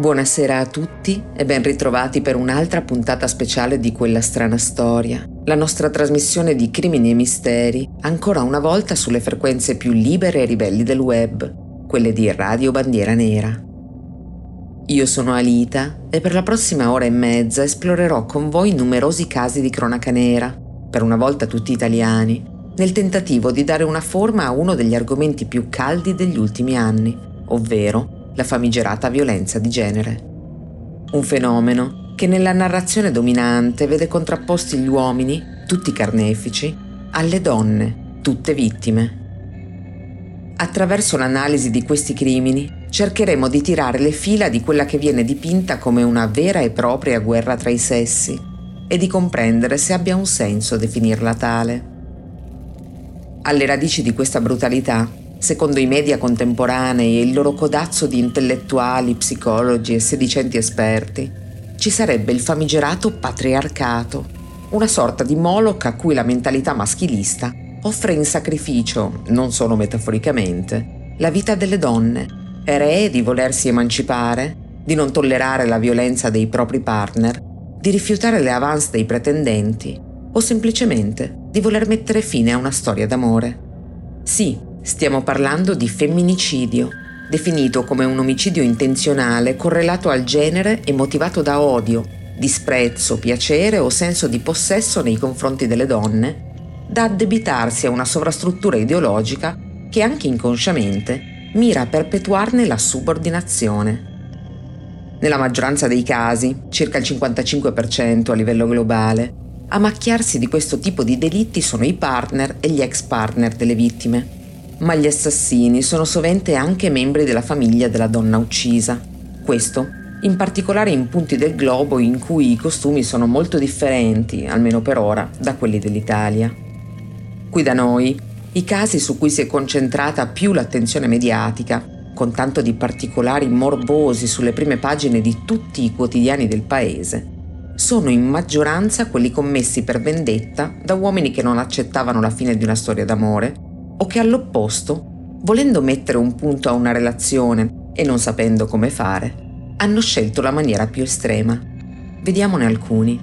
Buonasera a tutti e ben ritrovati per un'altra puntata speciale di Quella strana storia, la nostra trasmissione di crimini e misteri, ancora una volta sulle frequenze più libere e ribelli del web, quelle di Radio Bandiera Nera. Io sono Alita e per la prossima ora e mezza esplorerò con voi numerosi casi di cronaca nera, per una volta tutti italiani, nel tentativo di dare una forma a uno degli argomenti più caldi degli ultimi anni, ovvero la famigerata violenza di genere. Un fenomeno che nella narrazione dominante vede contrapposti gli uomini, tutti carnefici, alle donne, tutte vittime. Attraverso l'analisi di questi crimini cercheremo di tirare le fila di quella che viene dipinta come una vera e propria guerra tra i sessi e di comprendere se abbia un senso definirla tale. Alle radici di questa brutalità, secondo i media contemporanei e il loro codazzo di intellettuali, psicologi e sedicenti esperti, ci sarebbe il famigerato patriarcato, una sorta di Moloch a cui la mentalità maschilista offre in sacrificio, non solo metaforicamente, la vita delle donne, ree di volersi emancipare, di non tollerare la violenza dei propri partner, di rifiutare le avance dei pretendenti o semplicemente di voler mettere fine a una storia d'amore. Sì, stiamo parlando di femminicidio, definito come un omicidio intenzionale correlato al genere e motivato da odio, disprezzo, piacere o senso di possesso nei confronti delle donne, da addebitarsi a una sovrastruttura ideologica che anche inconsciamente mira a perpetuarne la subordinazione. Nella maggioranza dei casi, circa il 55% a livello globale, a macchiarsi di questo tipo di delitti sono i partner e gli ex partner delle vittime. Ma gli assassini sono sovente anche membri della famiglia della donna uccisa. Questo, in particolare in punti del globo in cui i costumi sono molto differenti, almeno per ora, da quelli dell'Italia. Qui da noi, i casi su cui si è concentrata più l'attenzione mediatica, con tanto di particolari morbosi sulle prime pagine di tutti i quotidiani del paese, sono in maggioranza quelli commessi per vendetta da uomini che non accettavano la fine di una storia d'amore o che all'opposto, volendo mettere un punto a una relazione e non sapendo come fare, hanno scelto la maniera più estrema. Vediamone alcuni.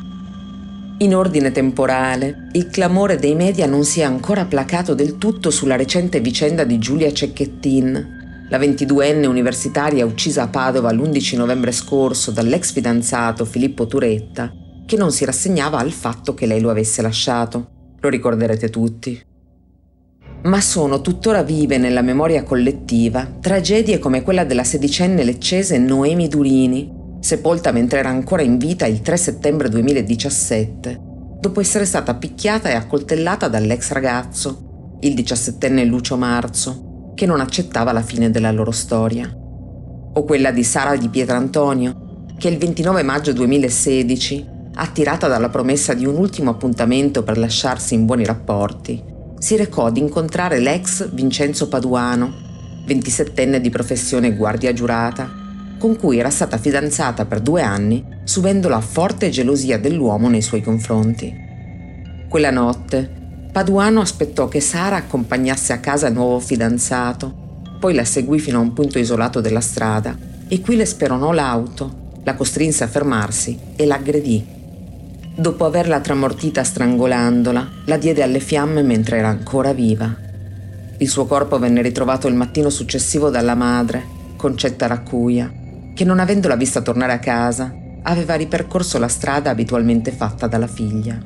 In ordine temporale, il clamore dei media non si è ancora placato del tutto sulla recente vicenda di Giulia Cecchettin, la 22enne universitaria uccisa a Padova l'11 novembre scorso dall'ex fidanzato Filippo Turetta, che non si rassegnava al fatto che lei lo avesse lasciato. Lo ricorderete tutti. Ma sono tuttora vive nella memoria collettiva tragedie come quella della sedicenne leccese Noemi Durini, sepolta mentre era ancora in vita il 3 settembre 2017, dopo essere stata picchiata e accoltellata dall'ex ragazzo, il 17enne Lucio Marzo, che non accettava la fine della loro storia. O quella di Sara Di Pietrantonio, che il 29 maggio 2016, attirata dalla promessa di un ultimo appuntamento per lasciarsi in buoni rapporti, si recò ad incontrare l'ex Vincenzo Paduano, 27enne di professione guardia giurata, con cui era stata fidanzata per 2 anni, subendo la forte gelosia dell'uomo nei suoi confronti. Quella notte, Paduano aspettò che Sara accompagnasse a casa il nuovo fidanzato, poi la seguì fino a un punto isolato della strada e qui le speronò l'auto, la costrinse a fermarsi e l'aggredì. Dopo averla tramortita strangolandola, la diede alle fiamme mentre era ancora viva. Il suo corpo venne ritrovato il mattino successivo dalla madre, Concetta Raccuia, che non avendola vista tornare a casa, aveva ripercorso la strada abitualmente fatta dalla figlia.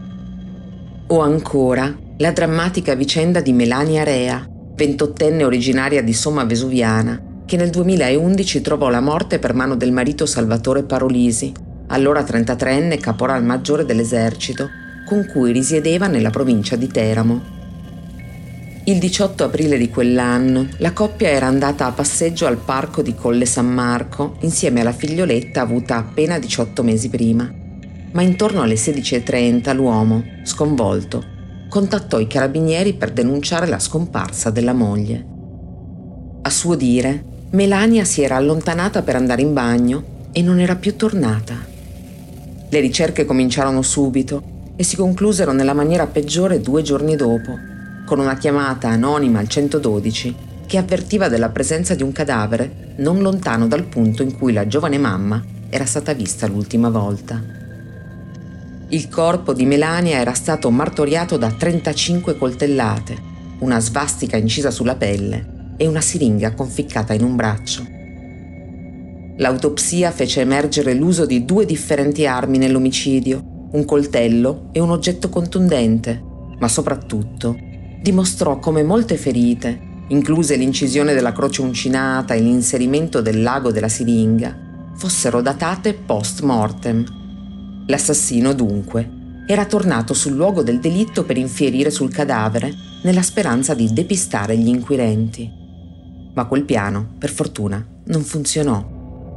O ancora la drammatica vicenda di Melania Rea, 28enne originaria di Somma Vesuviana, che nel 2011 trovò la morte per mano del marito Salvatore Parolisi, allora 33enne caporal maggiore dell'esercito, con cui risiedeva nella provincia di Teramo. Il 18 aprile di quell'anno la coppia era andata a passeggio al parco di Colle San Marco insieme alla figlioletta avuta appena 18 mesi prima. Ma intorno alle 16:30 l'uomo, sconvolto, contattò i carabinieri per denunciare la scomparsa della moglie. A suo dire, Melania si era allontanata per andare in bagno e non era più tornata. Le ricerche cominciarono subito e si conclusero nella maniera peggiore 2 giorni dopo, con una chiamata anonima al 112 che avvertiva della presenza di un cadavere non lontano dal punto in cui la giovane mamma era stata vista l'ultima volta. Il corpo di Melania era stato martoriato da 35 coltellate, una svastica incisa sulla pelle e una siringa conficcata in un braccio. L'autopsia fece emergere l'uso di 2 differenti armi nell'omicidio, un coltello e un oggetto contundente, ma soprattutto dimostrò come molte ferite, incluse l'incisione della croce uncinata e l'inserimento del lago della siringa, fossero datate post mortem. L'assassino, dunque, era tornato sul luogo del delitto per infierire sul cadavere nella speranza di depistare gli inquirenti. Ma quel piano, per fortuna, non funzionò.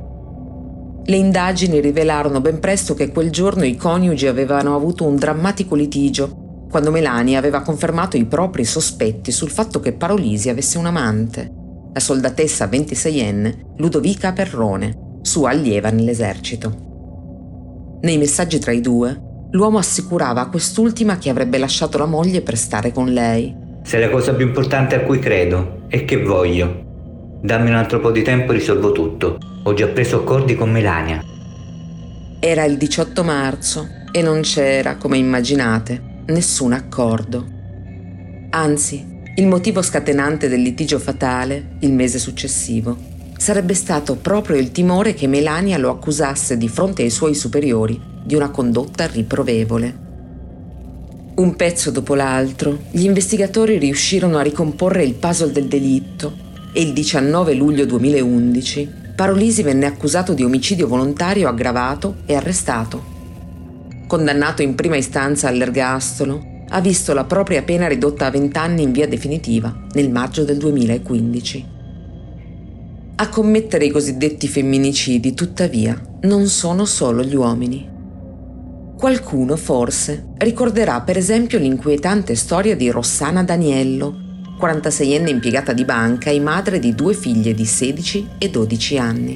Le indagini rivelarono ben presto che quel giorno i coniugi avevano avuto un drammatico litigio quando Melania aveva confermato i propri sospetti sul fatto che Parolisi avesse un amante, la soldatessa 26enne Ludovica Perrone, sua allieva nell'esercito. Nei messaggi tra i due, l'uomo assicurava a quest'ultima che avrebbe lasciato la moglie per stare con lei. Se la cosa più importante a cui credo è che voglio. Dammi un altro po' di tempo e risolvo tutto. Ho già preso accordi con Melania. Era il 18 marzo e non c'era, come immaginate, nessun accordo. Anzi, il motivo scatenante del litigio fatale, il mese successivo, sarebbe stato proprio il timore che Melania lo accusasse di fronte ai suoi superiori di una condotta riprovevole. Un pezzo dopo l'altro, gli investigatori riuscirono a ricomporre il puzzle del delitto e il 19 luglio 2011 Parolisi venne accusato di omicidio volontario aggravato e arrestato. Condannato in prima istanza all'ergastolo, ha visto la propria pena ridotta a 20 anni in via definitiva nel maggio del 2015. A commettere i cosiddetti femminicidi, tuttavia, non sono solo gli uomini. Qualcuno, forse, ricorderà per esempio l'inquietante storia di Rossana Daniello, 46enne impiegata di banca e madre di 2 figlie di 16 e 12 anni.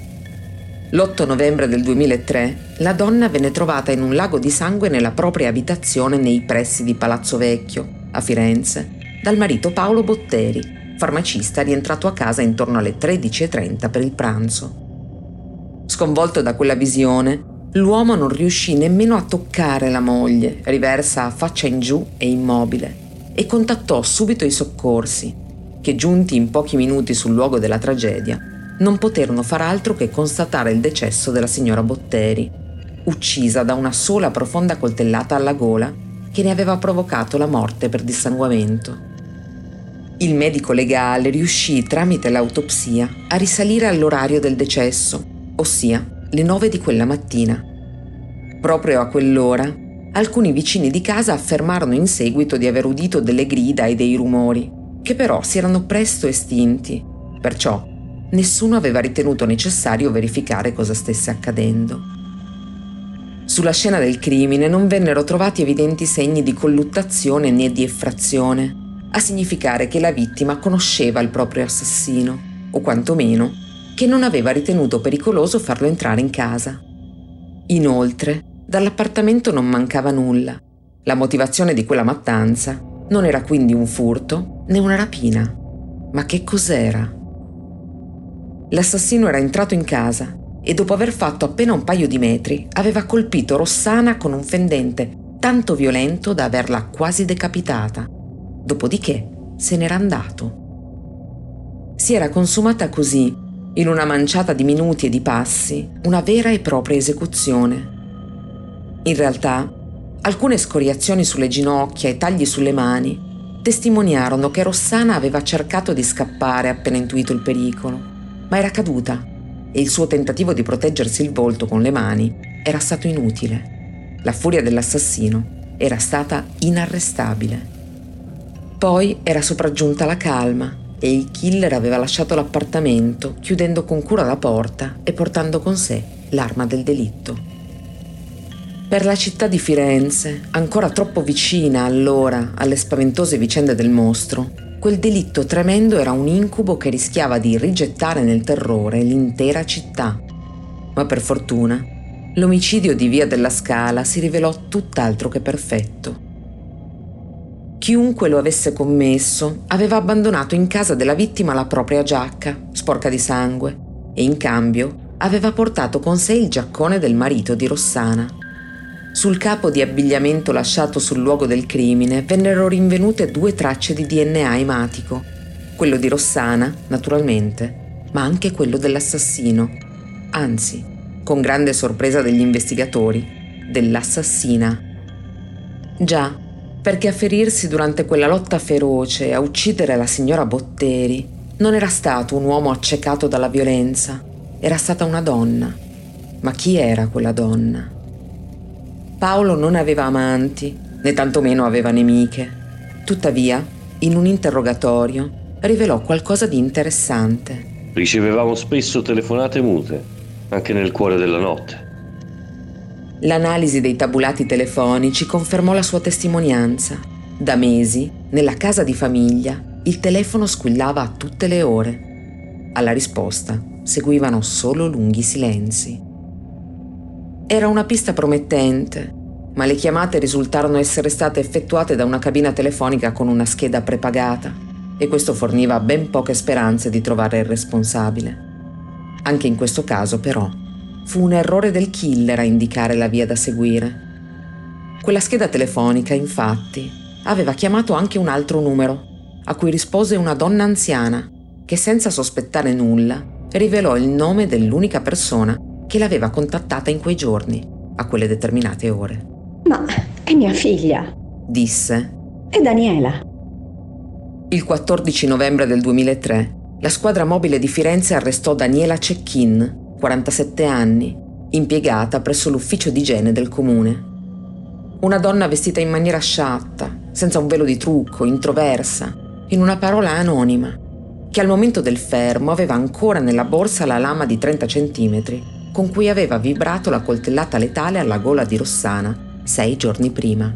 L'8 novembre del 2003 la donna venne trovata in un lago di sangue nella propria abitazione nei pressi di Palazzo Vecchio, a Firenze, dal marito Paolo Botteri, farmacista rientrato a casa intorno alle 13:30 per il pranzo. Sconvolto da quella visione, l'uomo non riuscì nemmeno a toccare la moglie, riversa a faccia in giù e immobile, e contattò subito i soccorsi, che giunti in pochi minuti sul luogo della tragedia, non poterono far altro che constatare il decesso della signora Botteri, uccisa da una sola profonda coltellata alla gola che ne aveva provocato la morte per dissanguamento. Il medico legale riuscì tramite l'autopsia a risalire all'orario del decesso, ossia le 9 di quella mattina. Proprio a quell'ora, alcuni vicini di casa affermarono in seguito di aver udito delle grida e dei rumori, che però si erano presto estinti, perciò nessuno aveva ritenuto necessario verificare cosa stesse accadendo. Sulla scena del crimine non vennero trovati evidenti segni di colluttazione né di effrazione, a significare che la vittima conosceva il proprio assassino, o quantomeno che non aveva ritenuto pericoloso farlo entrare in casa. Inoltre, dall'appartamento non mancava nulla. La motivazione di quella mattanza non era quindi un furto né una rapina. Ma che cos'era? L'assassino era entrato in casa e dopo aver fatto appena un paio di metri aveva colpito Rossana con un fendente tanto violento da averla quasi decapitata. Dopodiché se n'era andato. Si era consumata così, in una manciata di minuti e di passi, una vera e propria esecuzione. In realtà, alcune scoriazioni sulle ginocchia e tagli sulle mani testimoniarono che Rossana aveva cercato di scappare appena intuito il pericolo, ma era caduta e il suo tentativo di proteggersi il volto con le mani era stato inutile. La furia dell'assassino era stata inarrestabile. Poi era sopraggiunta la calma e il killer aveva lasciato l'appartamento, chiudendo con cura la porta e portando con sé l'arma del delitto. Per la città di Firenze, ancora troppo vicina allora alle spaventose vicende del mostro, quel delitto tremendo era un incubo che rischiava di rigettare nel terrore l'intera città. Ma per fortuna, l'omicidio di Via della Scala si rivelò tutt'altro che perfetto. Chiunque lo avesse commesso aveva abbandonato in casa della vittima la propria giacca, sporca di sangue, e in cambio aveva portato con sé il giaccone del marito di Rossana. Sul capo di abbigliamento lasciato sul luogo del crimine vennero rinvenute 2 tracce di DNA ematico, quello di Rossana, naturalmente, ma anche quello dell'assassino, anzi, con grande sorpresa degli investigatori, dell'assassina. Già, perché a ferirsi durante quella lotta feroce e a uccidere la signora Botteri non era stato un uomo accecato dalla violenza, era stata una donna. Ma chi era quella donna? Paolo non aveva amanti, né tantomeno aveva nemiche. Tuttavia, in un interrogatorio, rivelò qualcosa di interessante. Ricevevamo spesso telefonate mute, anche nel cuore della notte. L'analisi dei tabulati telefonici confermò la sua testimonianza. Da mesi, nella casa di famiglia, il telefono squillava a tutte le ore. Alla risposta seguivano solo lunghi silenzi. Era una pista promettente, ma le chiamate risultarono essere state effettuate da una cabina telefonica con una scheda prepagata, e questo forniva ben poche speranze di trovare il responsabile. Anche in questo caso, però, fu un errore del killer a indicare la via da seguire. Quella scheda telefonica, infatti, aveva chiamato anche un altro numero, a cui rispose una donna anziana, che senza sospettare nulla rivelò il nome dell'unica persona che l'aveva contattata in quei giorni, a quelle determinate ore. Ma è mia figlia, disse. È Daniela. Il 14 novembre del 2003, la squadra mobile di Firenze arrestò Daniela Cecchin, 47 anni, impiegata presso l'ufficio di igiene del comune. Una donna vestita in maniera sciatta, senza un velo di trucco, introversa, in una parola anonima, che al momento del fermo aveva ancora nella borsa la lama di 30 centimetri con cui aveva vibrato la coltellata letale alla gola di Rossana 6 giorni prima.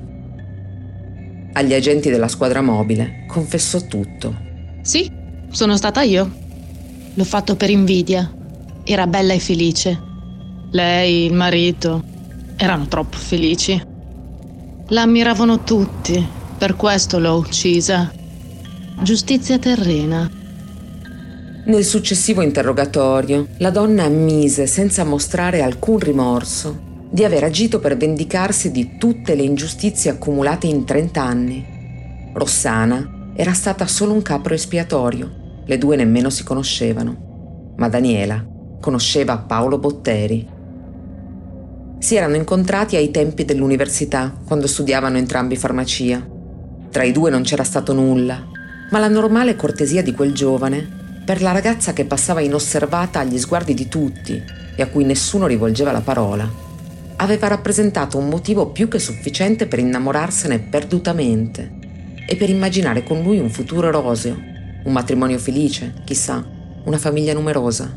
Agli agenti della squadra mobile confessò tutto. Sì, sono stata io. L'ho fatto per invidia. Era bella e felice. Lei, il marito, erano troppo felici. La ammiravano tutti, per questo l'ho uccisa. Giustizia terrena. Nel successivo interrogatorio, la donna ammise, senza mostrare alcun rimorso, di aver agito per vendicarsi di tutte le ingiustizie accumulate in 30 anni. Rossana era stata solo un capro espiatorio, le due nemmeno si conoscevano, ma Daniela conosceva Paolo Botteri. Si erano incontrati ai tempi dell'università, quando studiavano entrambi farmacia. Tra i due non c'era stato nulla, ma la normale cortesia di quel giovane, per la ragazza che passava inosservata agli sguardi di tutti e a cui nessuno rivolgeva la parola, aveva rappresentato un motivo più che sufficiente per innamorarsene perdutamente e per immaginare con lui un futuro roseo, un matrimonio felice, chissà, una famiglia numerosa.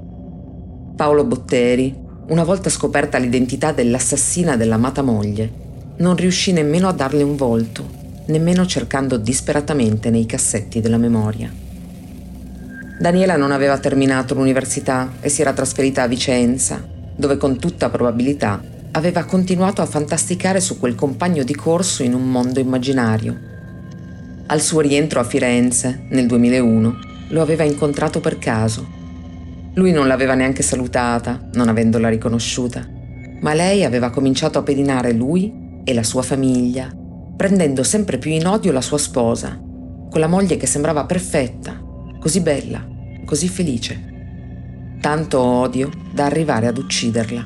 Paolo Botteri, una volta scoperta l'identità dell'assassina dell'amata moglie, non riuscì nemmeno a darle un volto, nemmeno cercando disperatamente nei cassetti della memoria. Daniela non aveva terminato l'università e si era trasferita a Vicenza, dove con tutta probabilità aveva continuato a fantasticare su quel compagno di corso in un mondo immaginario. Al suo rientro a Firenze, nel 2001, lo aveva incontrato per caso. Lui non l'aveva neanche salutata, non avendola riconosciuta, ma lei aveva cominciato a pedinare lui e la sua famiglia, prendendo sempre più in odio la sua sposa, quella moglie che sembrava perfetta, così bella, così felice. Tanto odio da arrivare ad ucciderla.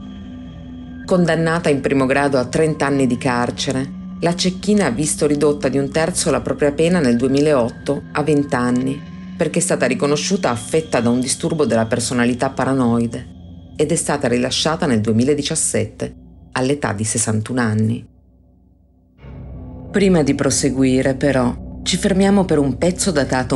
Condannata in primo grado a 30 anni di carcere, la Cecchina ha visto ridotta di 1/3 la propria pena nel 2008 a 20 anni, perché è stata riconosciuta affetta da un disturbo della personalità paranoide ed è stata rilasciata nel 2017 all'età di 61 anni. Prima di proseguire, però, ci fermiamo per un pezzo datato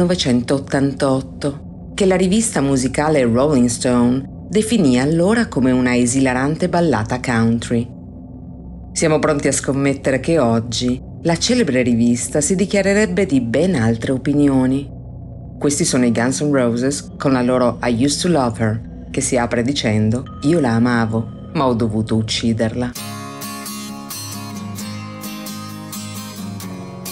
1988, che la rivista musicale Rolling Stone definì allora come una esilarante ballata country. Siamo pronti a scommettere che oggi la celebre rivista si dichiarerebbe di ben altre opinioni. Questi sono i Guns N' Roses con la loro I Used to Love Her, che si apre dicendo «Io la amavo, ma ho dovuto ucciderla».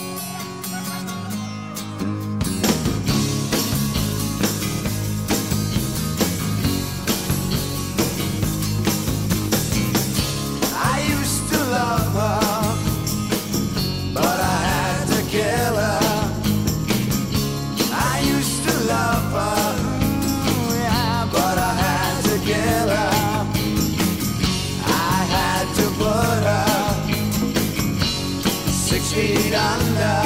feet under,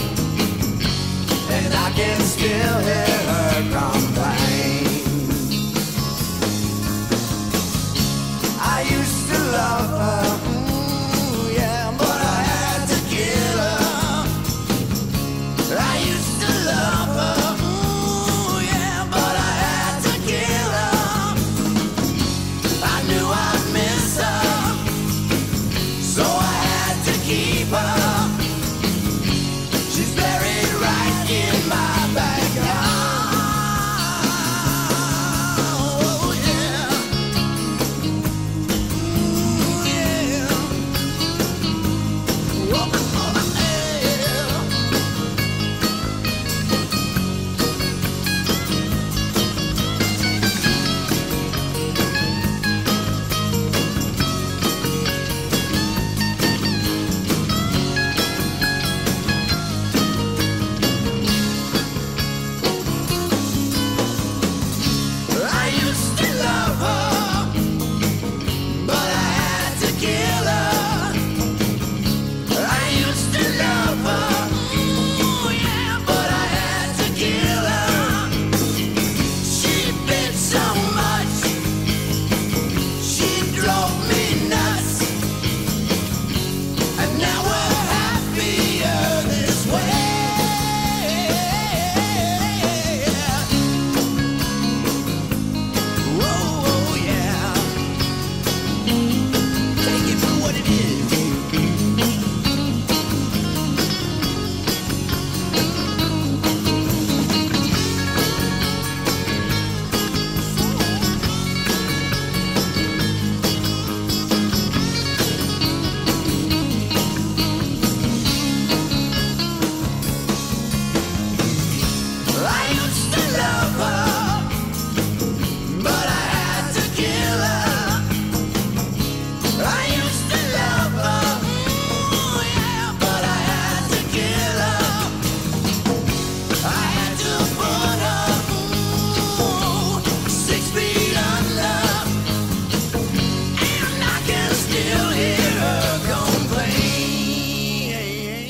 and I can still hear her complain. I used to love her, yeah, but I had to kill her. I used to love her, yeah, but I had to kill her. I knew I'd miss her, so I had to keep her. She's buried right in my backyard. Oh yeah, yeah. Oh, yeah. I used to love her, but I had to kill her. I used to love her, yeah, but I had to kill her. She bit so much, she drove me nuts, and now we're happier this way. Whoa, yeah. Take it for what it is. I used to love her, but I had to kill her. I used to love her, yeah, but I had to kill her. I had to put her 6 feet under, and I can still hear her complain.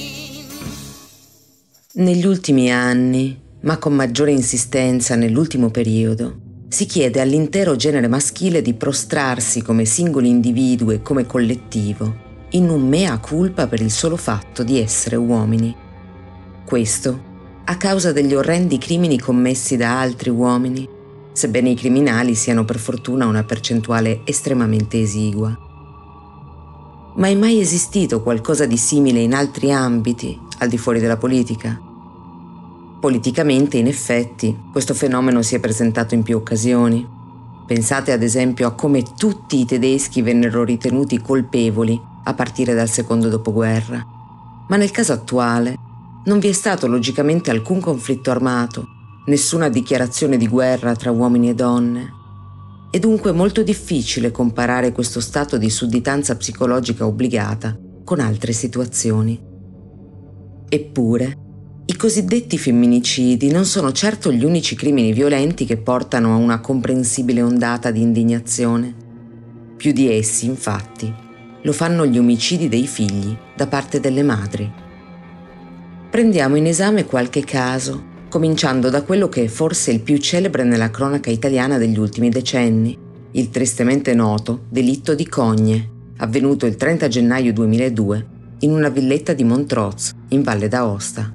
Negli ultimi anni, ma con maggiore insistenza nell'ultimo periodo, si chiede all'intero genere maschile di prostrarsi come singoli individui e come collettivo in un mea culpa per il solo fatto di essere uomini. Questo a causa degli orrendi crimini commessi da altri uomini, sebbene i criminali siano per fortuna una percentuale estremamente esigua. Ma è mai esistito qualcosa di simile in altri ambiti, al di fuori della politica? Politicamente, in effetti, questo fenomeno si è presentato in più occasioni. Pensate ad esempio a come tutti i tedeschi vennero ritenuti colpevoli a partire dal secondo dopoguerra. Ma nel caso attuale non vi è stato logicamente alcun conflitto armato, nessuna dichiarazione di guerra tra uomini e donne. È dunque molto difficile comparare questo stato di sudditanza psicologica obbligata con altre situazioni. Eppure, i cosiddetti femminicidi non sono certo gli unici crimini violenti che portano a una comprensibile ondata di indignazione. Più di essi, infatti, lo fanno gli omicidi dei figli da parte delle madri. Prendiamo in esame qualche caso, cominciando da quello che è forse il più celebre nella cronaca italiana degli ultimi decenni, il tristemente noto delitto di Cogne, avvenuto il 30 gennaio 2002 in una villetta di Montrose, in Valle d'Aosta.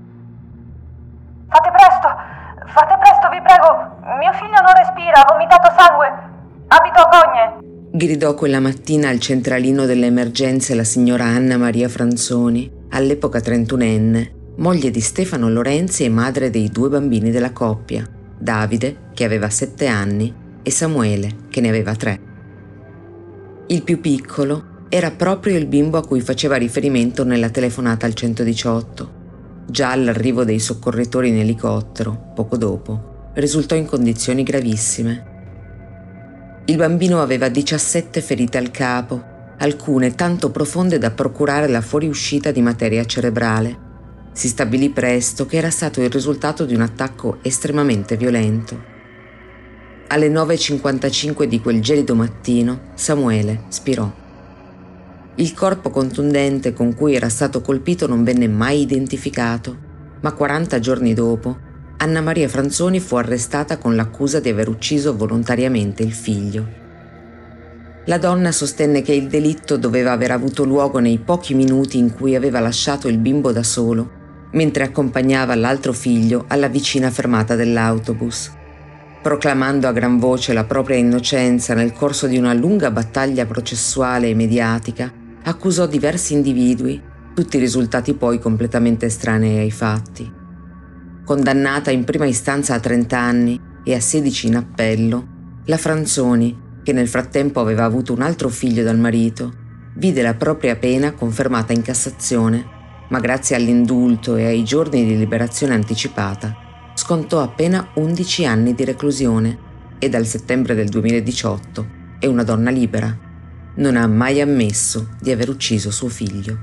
Fate presto, vi prego! Mio figlio non respira, ha vomitato sangue! Abito a Cogne! Gridò quella mattina al centralino delle emergenze la signora Anna Maria Franzoni, all'epoca 31enne, moglie di Stefano Lorenzi e madre dei 2 bambini della coppia, Davide, che aveva 7 anni, e Samuele, che ne aveva 3. Il più piccolo era proprio il bimbo a cui faceva riferimento nella telefonata al 118. Già all'arrivo dei soccorritori in elicottero, poco dopo, risultò in condizioni gravissime. Il bambino aveva 17 ferite al capo, alcune tanto profonde da procurare la fuoriuscita di materia cerebrale. Si stabilì presto che era stato il risultato di un attacco estremamente violento. Alle 9:55 di quel gelido mattino, Samuele spirò. Il corpo contundente con cui era stato colpito non venne mai identificato, ma 40 giorni dopo Anna Maria Franzoni fu arrestata con l'accusa di aver ucciso volontariamente il figlio. La donna sostenne che il delitto doveva aver avuto luogo nei pochi minuti in cui aveva lasciato il bimbo da solo, mentre accompagnava l'altro figlio alla vicina fermata dell'autobus. Proclamando a gran voce la propria innocenza nel corso di una lunga battaglia processuale e mediatica, accusò diversi individui, tutti risultati poi completamente estranei ai fatti. Condannata in prima istanza a 30 anni e a 16 in appello, la Franzoni, che nel frattempo aveva avuto un altro figlio dal marito, vide la propria pena confermata in Cassazione, ma grazie all'indulto e ai giorni di liberazione anticipata, scontò appena 11 anni di reclusione e dal settembre del 2018 è una donna libera. Non ha mai ammesso di aver ucciso suo figlio.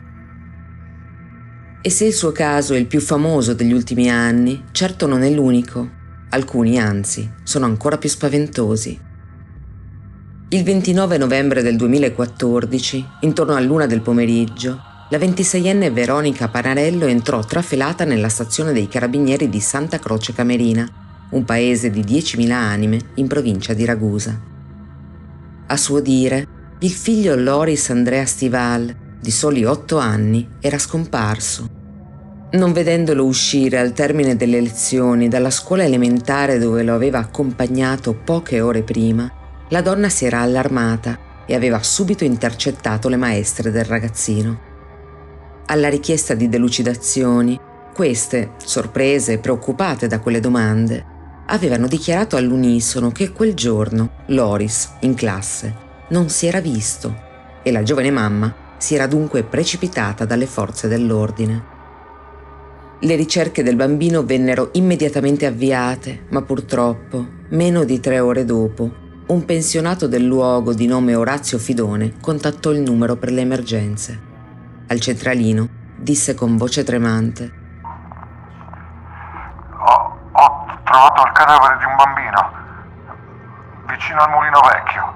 E se il suo caso è il più famoso degli ultimi anni, certo non è l'unico. Alcuni, anzi, sono ancora più spaventosi. Il 29 novembre del 2014, intorno all'1 del pomeriggio, la 26enne Veronica Panarello entrò trafelata nella stazione dei Carabinieri di Santa Croce Camerina, un paese di 10.000 anime in provincia di Ragusa. A suo dire, il figlio Loris Andrea Stival, di soli 8 anni, era scomparso. Non vedendolo uscire al termine delle lezioni dalla scuola elementare dove lo aveva accompagnato poche ore prima, la donna si era allarmata e aveva subito intercettato le maestre del ragazzino. Alla richiesta di delucidazioni, queste, sorprese e preoccupate da quelle domande, avevano dichiarato all'unisono che quel giorno Loris, in classe, non si era visto e la giovane mamma si era dunque precipitata dalle forze dell'ordine. Le ricerche del bambino vennero immediatamente avviate, ma purtroppo, meno di 3 ore dopo, un pensionato del luogo di nome Orazio Fidone contattò il numero per le emergenze. Al centralino disse con voce tremante: Ho trovato il cadavere di un bambino vicino al mulino vecchio.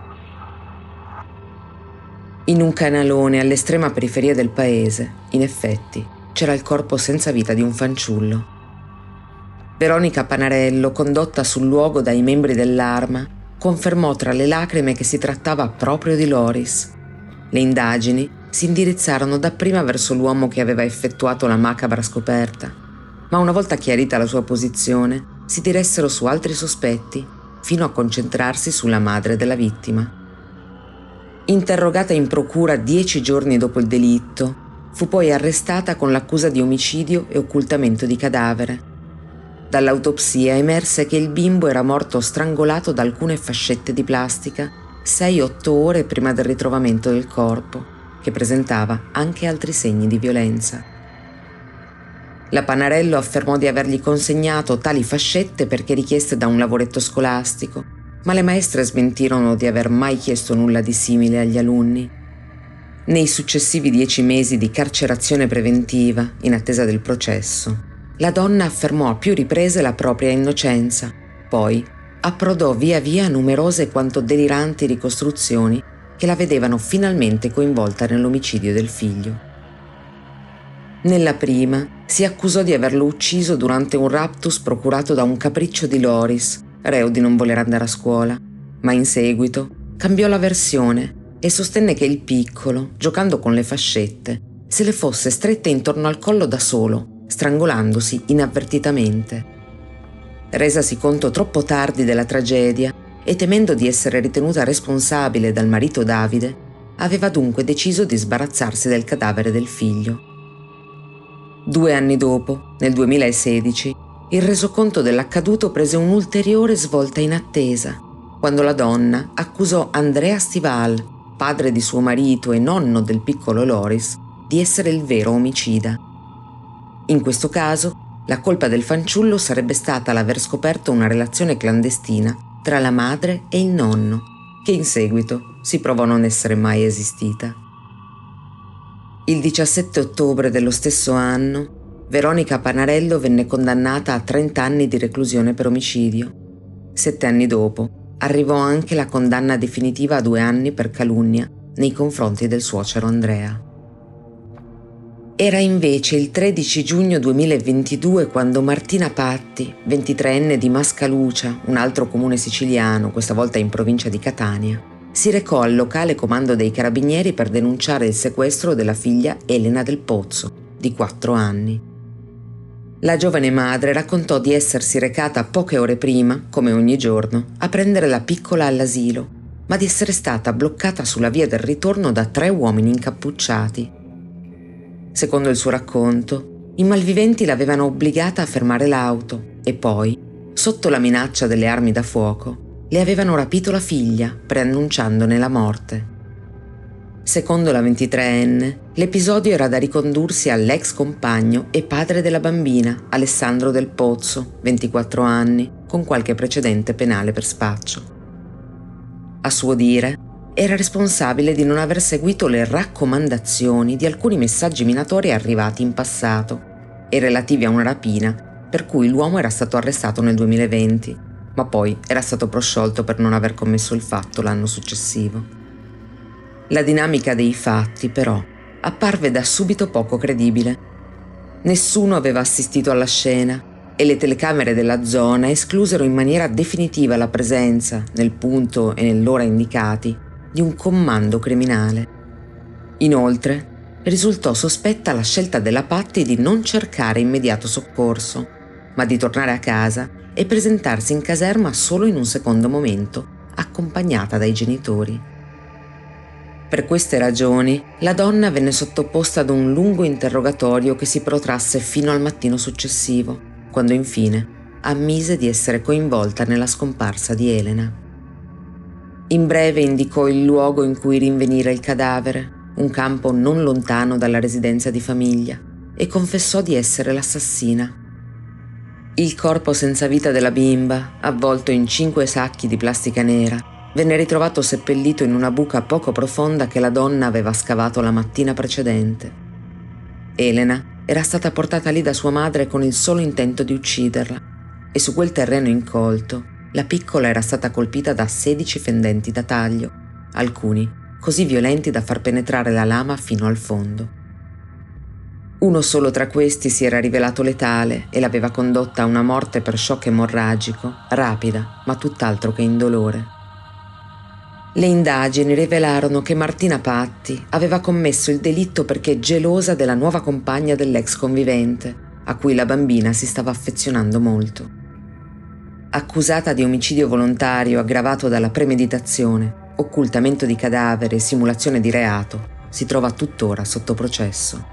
In un canalone all'estrema periferia del paese, in effetti, c'era il corpo senza vita di un fanciullo. Veronica Panarello, condotta sul luogo dai membri dell'Arma, confermò tra le lacrime che si trattava proprio di Loris. Le indagini si indirizzarono dapprima verso l'uomo che aveva effettuato la macabra scoperta, ma una volta chiarita la sua posizione, si diressero su altri sospetti, fino a concentrarsi sulla madre della vittima. Interrogata in procura 10 giorni dopo il delitto, fu poi arrestata con l'accusa di omicidio e occultamento di cadavere. Dall'autopsia emerse che il bimbo era morto strangolato da alcune fascette di plastica 6-8 ore prima del ritrovamento del corpo, che presentava anche altri segni di violenza. La Panarello affermò di avergli consegnato tali fascette perché richieste da un lavoretto scolastico, ma le maestre smentirono di aver mai chiesto nulla di simile agli alunni. Nei successivi 10 mesi di carcerazione preventiva, in attesa del processo, la donna affermò a più riprese la propria innocenza, poi approdò via via numerose quanto deliranti ricostruzioni che la vedevano finalmente coinvolta nell'omicidio del figlio. Nella prima si accusò di averlo ucciso durante un raptus procurato da un capriccio di Loris, reo di non voler andare a scuola, ma in seguito cambiò la versione e sostenne che il piccolo, giocando con le fascette, se le fosse strette intorno al collo da solo, strangolandosi inavvertitamente. Resasi conto troppo tardi della tragedia e temendo di essere ritenuta responsabile dal marito Davide, aveva dunque deciso di sbarazzarsi del cadavere del figlio. 2 anni dopo, nel 2016, il resoconto dell'accaduto prese un'ulteriore svolta inattesa, quando la donna accusò Andrea Stival, padre di suo marito e nonno del piccolo Loris, di essere il vero omicida. In questo caso, la colpa del fanciullo sarebbe stata l'aver scoperto una relazione clandestina tra la madre e il nonno, che in seguito si provò non essere mai esistita. Il 17 ottobre dello stesso anno, Veronica Panarello venne condannata a 30 anni di reclusione per omicidio. 7 anni dopo, arrivò anche la condanna definitiva a 2 anni per calunnia nei confronti del suocero Andrea. Era invece il 13 giugno 2022 quando Martina Patti, 23enne di Mascalucia, un altro comune siciliano, questa volta in provincia di Catania, si recò al locale comando dei carabinieri per denunciare il sequestro della figlia Elena Del Pozzo, di 4 anni. La giovane madre raccontò di essersi recata poche ore prima, come ogni giorno, a prendere la piccola all'asilo, ma di essere stata bloccata sulla via del ritorno da 3 uomini incappucciati. Secondo il suo racconto, i malviventi l'avevano obbligata a fermare l'auto e poi, sotto la minaccia delle armi da fuoco, le avevano rapito la figlia, preannunciandone la morte. Secondo la 23enne, l'episodio era da ricondursi all'ex compagno e padre della bambina, Alessandro Del Pozzo, 24 anni, con qualche precedente penale per spaccio. A suo dire, era responsabile di non aver seguito le raccomandazioni di alcuni messaggi minatori arrivati in passato e relativi a una rapina per cui l'uomo era stato arrestato nel 2020, ma poi era stato prosciolto per non aver commesso il fatto l'anno successivo. La dinamica dei fatti, però, apparve da subito poco credibile. Nessuno aveva assistito alla scena e le telecamere della zona esclusero in maniera definitiva la presenza, nel punto e nell'ora indicati, di un comando criminale. Inoltre, risultò sospetta la scelta della Patti di non cercare immediato soccorso, ma di tornare a casa e presentarsi in caserma solo in un secondo momento, accompagnata dai genitori. Per queste ragioni, la donna venne sottoposta ad un lungo interrogatorio che si protrasse fino al mattino successivo, quando infine ammise di essere coinvolta nella scomparsa di Elena. In breve indicò il luogo in cui rinvenire il cadavere, un campo non lontano dalla residenza di famiglia, e confessò di essere l'assassina. Il corpo senza vita della bimba, avvolto in 5 sacchi di plastica nera, venne ritrovato seppellito in una buca poco profonda che la donna aveva scavato la mattina precedente. Elena era stata portata lì da sua madre con il solo intento di ucciderla, e su quel terreno incolto la piccola era stata colpita da 16 fendenti da taglio, alcuni così violenti da far penetrare la lama fino al fondo. Uno solo tra questi si era rivelato letale e l'aveva condotta a una morte per shock emorragico, rapida, ma tutt'altro che indolore. Le indagini rivelarono che Martina Patti aveva commesso il delitto perché gelosa della nuova compagna dell'ex convivente, a cui la bambina si stava affezionando molto. Accusata di omicidio volontario aggravato dalla premeditazione, occultamento di cadavere e simulazione di reato, si trova tuttora sotto processo.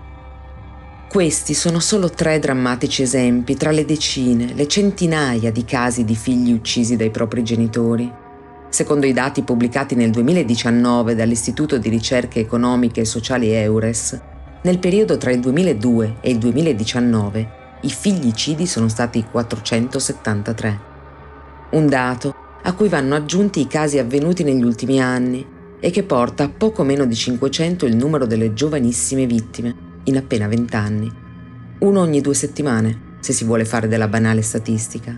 Questi sono solo 3 drammatici esempi tra le decine, le centinaia di casi di figli uccisi dai propri genitori. Secondo i dati pubblicati nel 2019 dall'Istituto di Ricerche Economiche e Sociali Eures, nel periodo tra il 2002 e il 2019 i figlicidi sono stati 473. Un dato a cui vanno aggiunti i casi avvenuti negli ultimi anni e che porta a poco meno di 500 il numero delle giovanissime vittime in appena 20 anni. Uno ogni 2 settimane, se si vuole fare della banale statistica.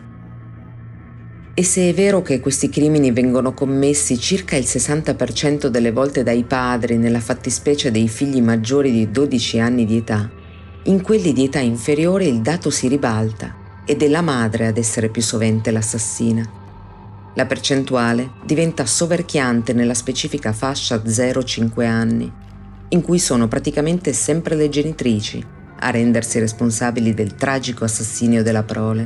E se è vero che questi crimini vengono commessi circa il 60% delle volte dai padri nella fattispecie dei figli maggiori di 12 anni di età, in quelli di età inferiore il dato si ribalta ed è la madre ad essere più sovente l'assassina. La percentuale diventa soverchiante nella specifica fascia 0-5 anni, in cui sono praticamente sempre le genitrici a rendersi responsabili del tragico assassinio della prole.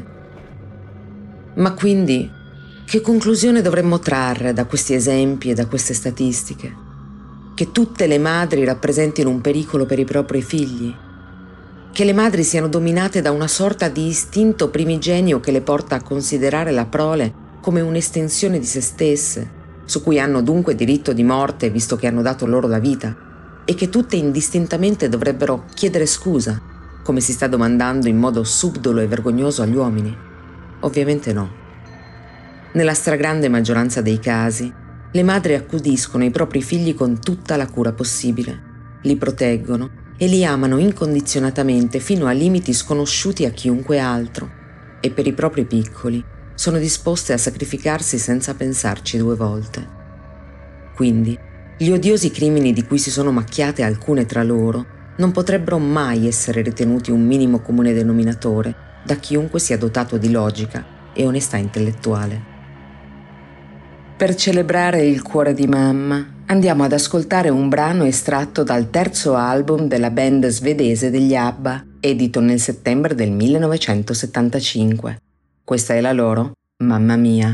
Ma quindi, che conclusione dovremmo trarre da questi esempi e da queste statistiche? Che tutte le madri rappresentino un pericolo per i propri figli? Che le madri siano dominate da una sorta di istinto primigenio che le porta a considerare la prole come un'estensione di se stesse, su cui hanno dunque diritto di morte visto che hanno dato loro la vita, e che tutte indistintamente dovrebbero chiedere scusa, come si sta domandando in modo subdolo e vergognoso agli uomini? Ovviamente no. Nella stragrande maggioranza dei casi, le madri accudiscono i propri figli con tutta la cura possibile, li proteggono e li amano incondizionatamente fino a limiti sconosciuti a chiunque altro, e per i propri piccoli sono disposte a sacrificarsi senza pensarci 2 volte. Quindi, Gli odiosi crimini di cui si sono macchiate alcune tra loro non potrebbero mai essere ritenuti un minimo comune denominatore da chiunque sia dotato di logica e onestà intellettuale. Per celebrare il cuore di mamma, andiamo ad ascoltare un brano estratto dal terzo album della band svedese degli ABBA, edito nel settembre del 1975. Questa è la loro Mamma Mia.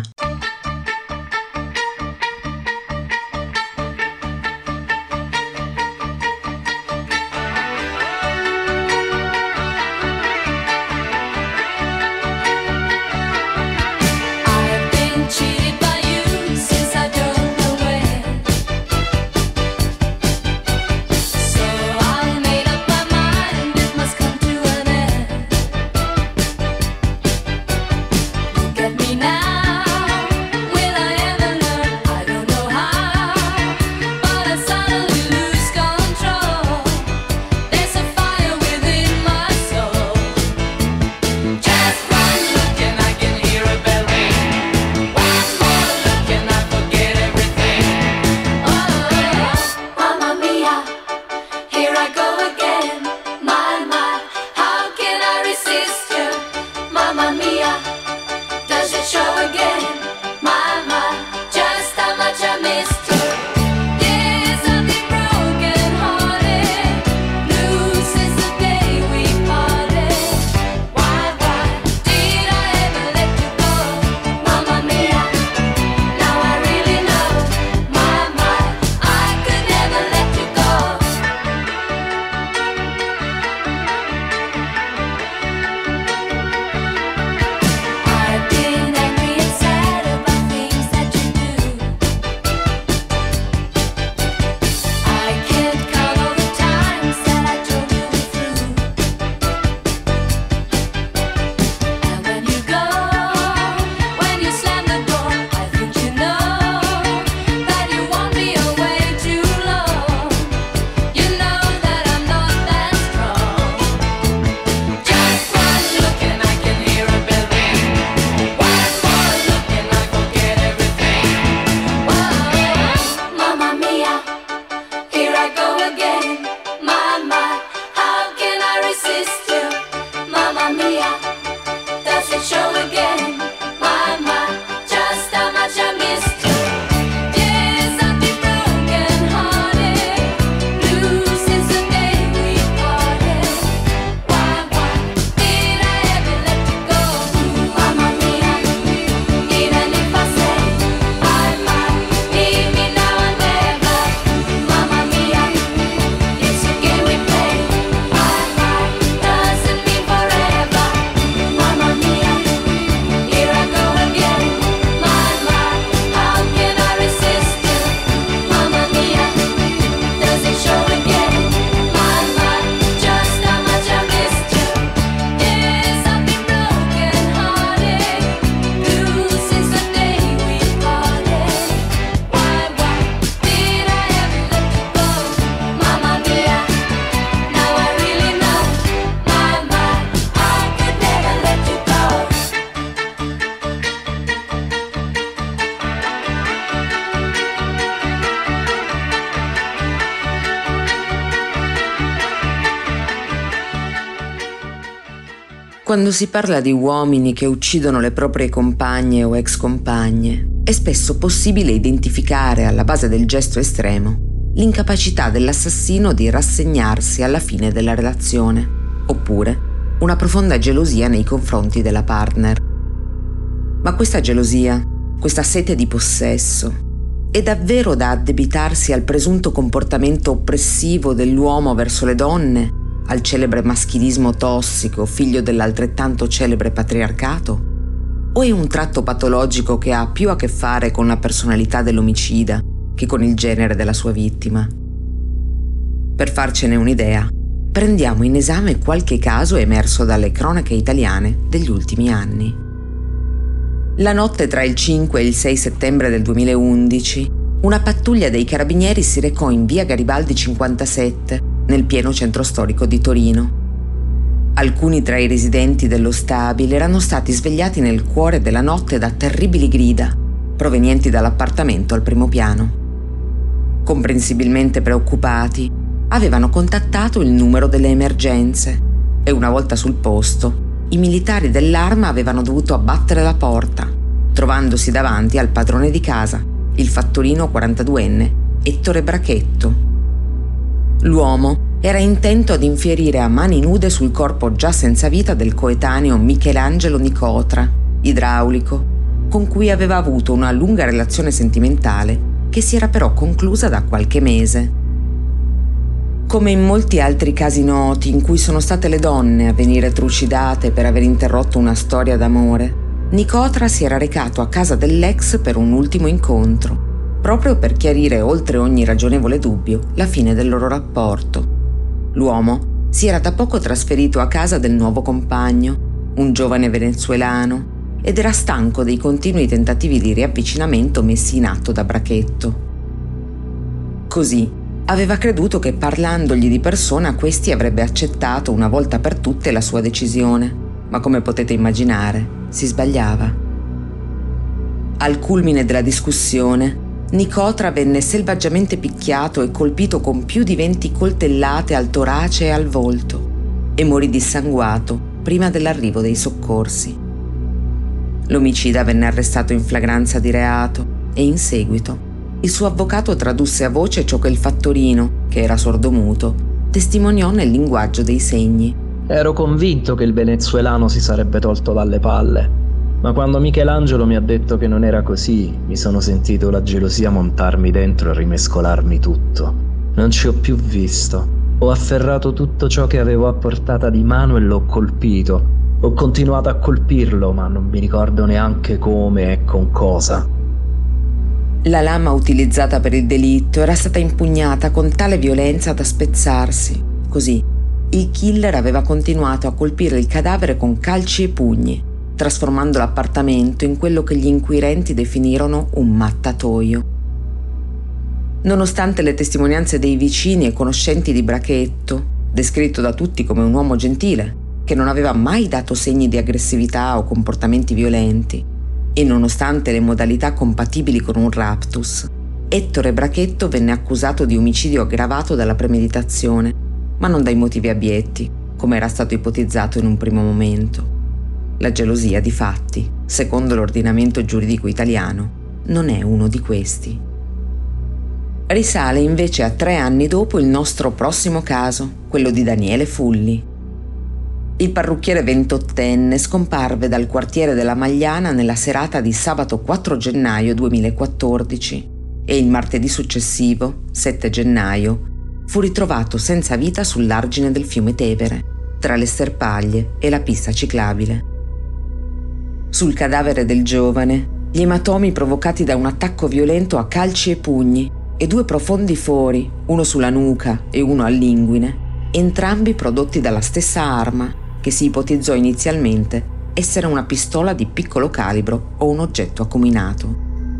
Quando si parla di uomini che uccidono le proprie compagne o ex compagne, è spesso possibile identificare alla base del gesto estremo l'incapacità dell'assassino di rassegnarsi alla fine della relazione, oppure una profonda gelosia nei confronti della partner. Ma questa gelosia, questa sete di possesso, è davvero da addebitarsi al presunto comportamento oppressivo dell'uomo verso le donne, al celebre maschilismo tossico, figlio dell'altrettanto celebre patriarcato? O è un tratto patologico che ha più a che fare con la personalità dell'omicida che con il genere della sua vittima? Per farcene un'idea, prendiamo in esame qualche caso emerso dalle cronache italiane degli ultimi anni. La notte tra il 5 e il 6 settembre del 2011, una pattuglia dei carabinieri si recò in via Garibaldi 57, nel pieno centro storico di Torino. Alcuni tra i residenti dello stabile erano stati svegliati nel cuore della notte da terribili grida, provenienti dall'appartamento al primo piano. comprensibilmente preoccupati, avevano contattato il numero delle emergenze e una volta sul posto, i militari dell'Arma avevano dovuto abbattere la porta, trovandosi davanti al padrone di casa, il fattorino 42enne, Ettore Brachetto. L'uomo era intento ad infierire a mani nude sul corpo già senza vita del coetaneo Michelangelo Nicotra, idraulico, con cui aveva avuto una lunga relazione sentimentale che si era però conclusa da qualche mese. Come in molti altri casi noti in cui sono state le donne a venire trucidate per aver interrotto una storia d'amore, Nicotra si era recato a casa dell'ex per un ultimo incontro, proprio per chiarire oltre ogni ragionevole dubbio la fine del loro rapporto. L'uomo si era da poco trasferito a casa del nuovo compagno, un giovane venezuelano, ed era stanco dei continui tentativi di riavvicinamento messi in atto da Brachetto. Così aveva creduto che parlandogli di persona questi avrebbe accettato una volta per tutte la sua decisione, ma come potete immaginare, si sbagliava. Al culmine della discussione, Nicotra venne selvaggiamente picchiato e colpito con più di 20 coltellate al torace e al volto e morì dissanguato prima dell'arrivo dei soccorsi. L'omicida venne arrestato in flagranza di reato e in seguito il suo avvocato tradusse a voce ciò che il fattorino, che era sordomuto, testimoniò nel linguaggio dei segni. Ero convinto che il venezuelano si sarebbe tolto dalle palle, ma quando Michelangelo mi ha detto che non era così, mi sono sentito la gelosia montarmi dentro e rimescolarmi tutto. Non ci ho più visto. Ho afferrato tutto ciò che avevo a portata di mano e l'ho colpito. Ho continuato a colpirlo, ma non mi ricordo neanche come e con cosa. La lama utilizzata per il delitto era stata impugnata con tale violenza da spezzarsi. Così, il killer aveva continuato a colpire il cadavere con calci e pugni, trasformando l'appartamento in quello che gli inquirenti definirono un mattatoio. Nonostante le testimonianze dei vicini e conoscenti di Brachetto, descritto da tutti come un uomo gentile, che non aveva mai dato segni di aggressività o comportamenti violenti, e nonostante le modalità compatibili con un raptus, Ettore Brachetto venne accusato di omicidio aggravato dalla premeditazione, ma non dai motivi abietti, come era stato ipotizzato in un primo momento. La gelosia, difatti, secondo l'ordinamento giuridico italiano, non è uno di questi. Risale invece a 3 anni dopo il nostro prossimo caso, quello di Daniele Fulli. Il parrucchiere 28enne scomparve dal quartiere della Magliana nella serata di sabato 4 gennaio 2014 e il martedì successivo, 7 gennaio, fu ritrovato senza vita sull'argine del fiume Tevere, tra le sterpaglie e la pista ciclabile. Sul cadavere del giovane, gli ematomi provocati da un attacco violento a calci e pugni e 2 profondi fori, uno sulla nuca e uno all'inguine, entrambi prodotti dalla stessa arma, che si ipotizzò inizialmente essere una pistola di piccolo calibro o un oggetto acuminato.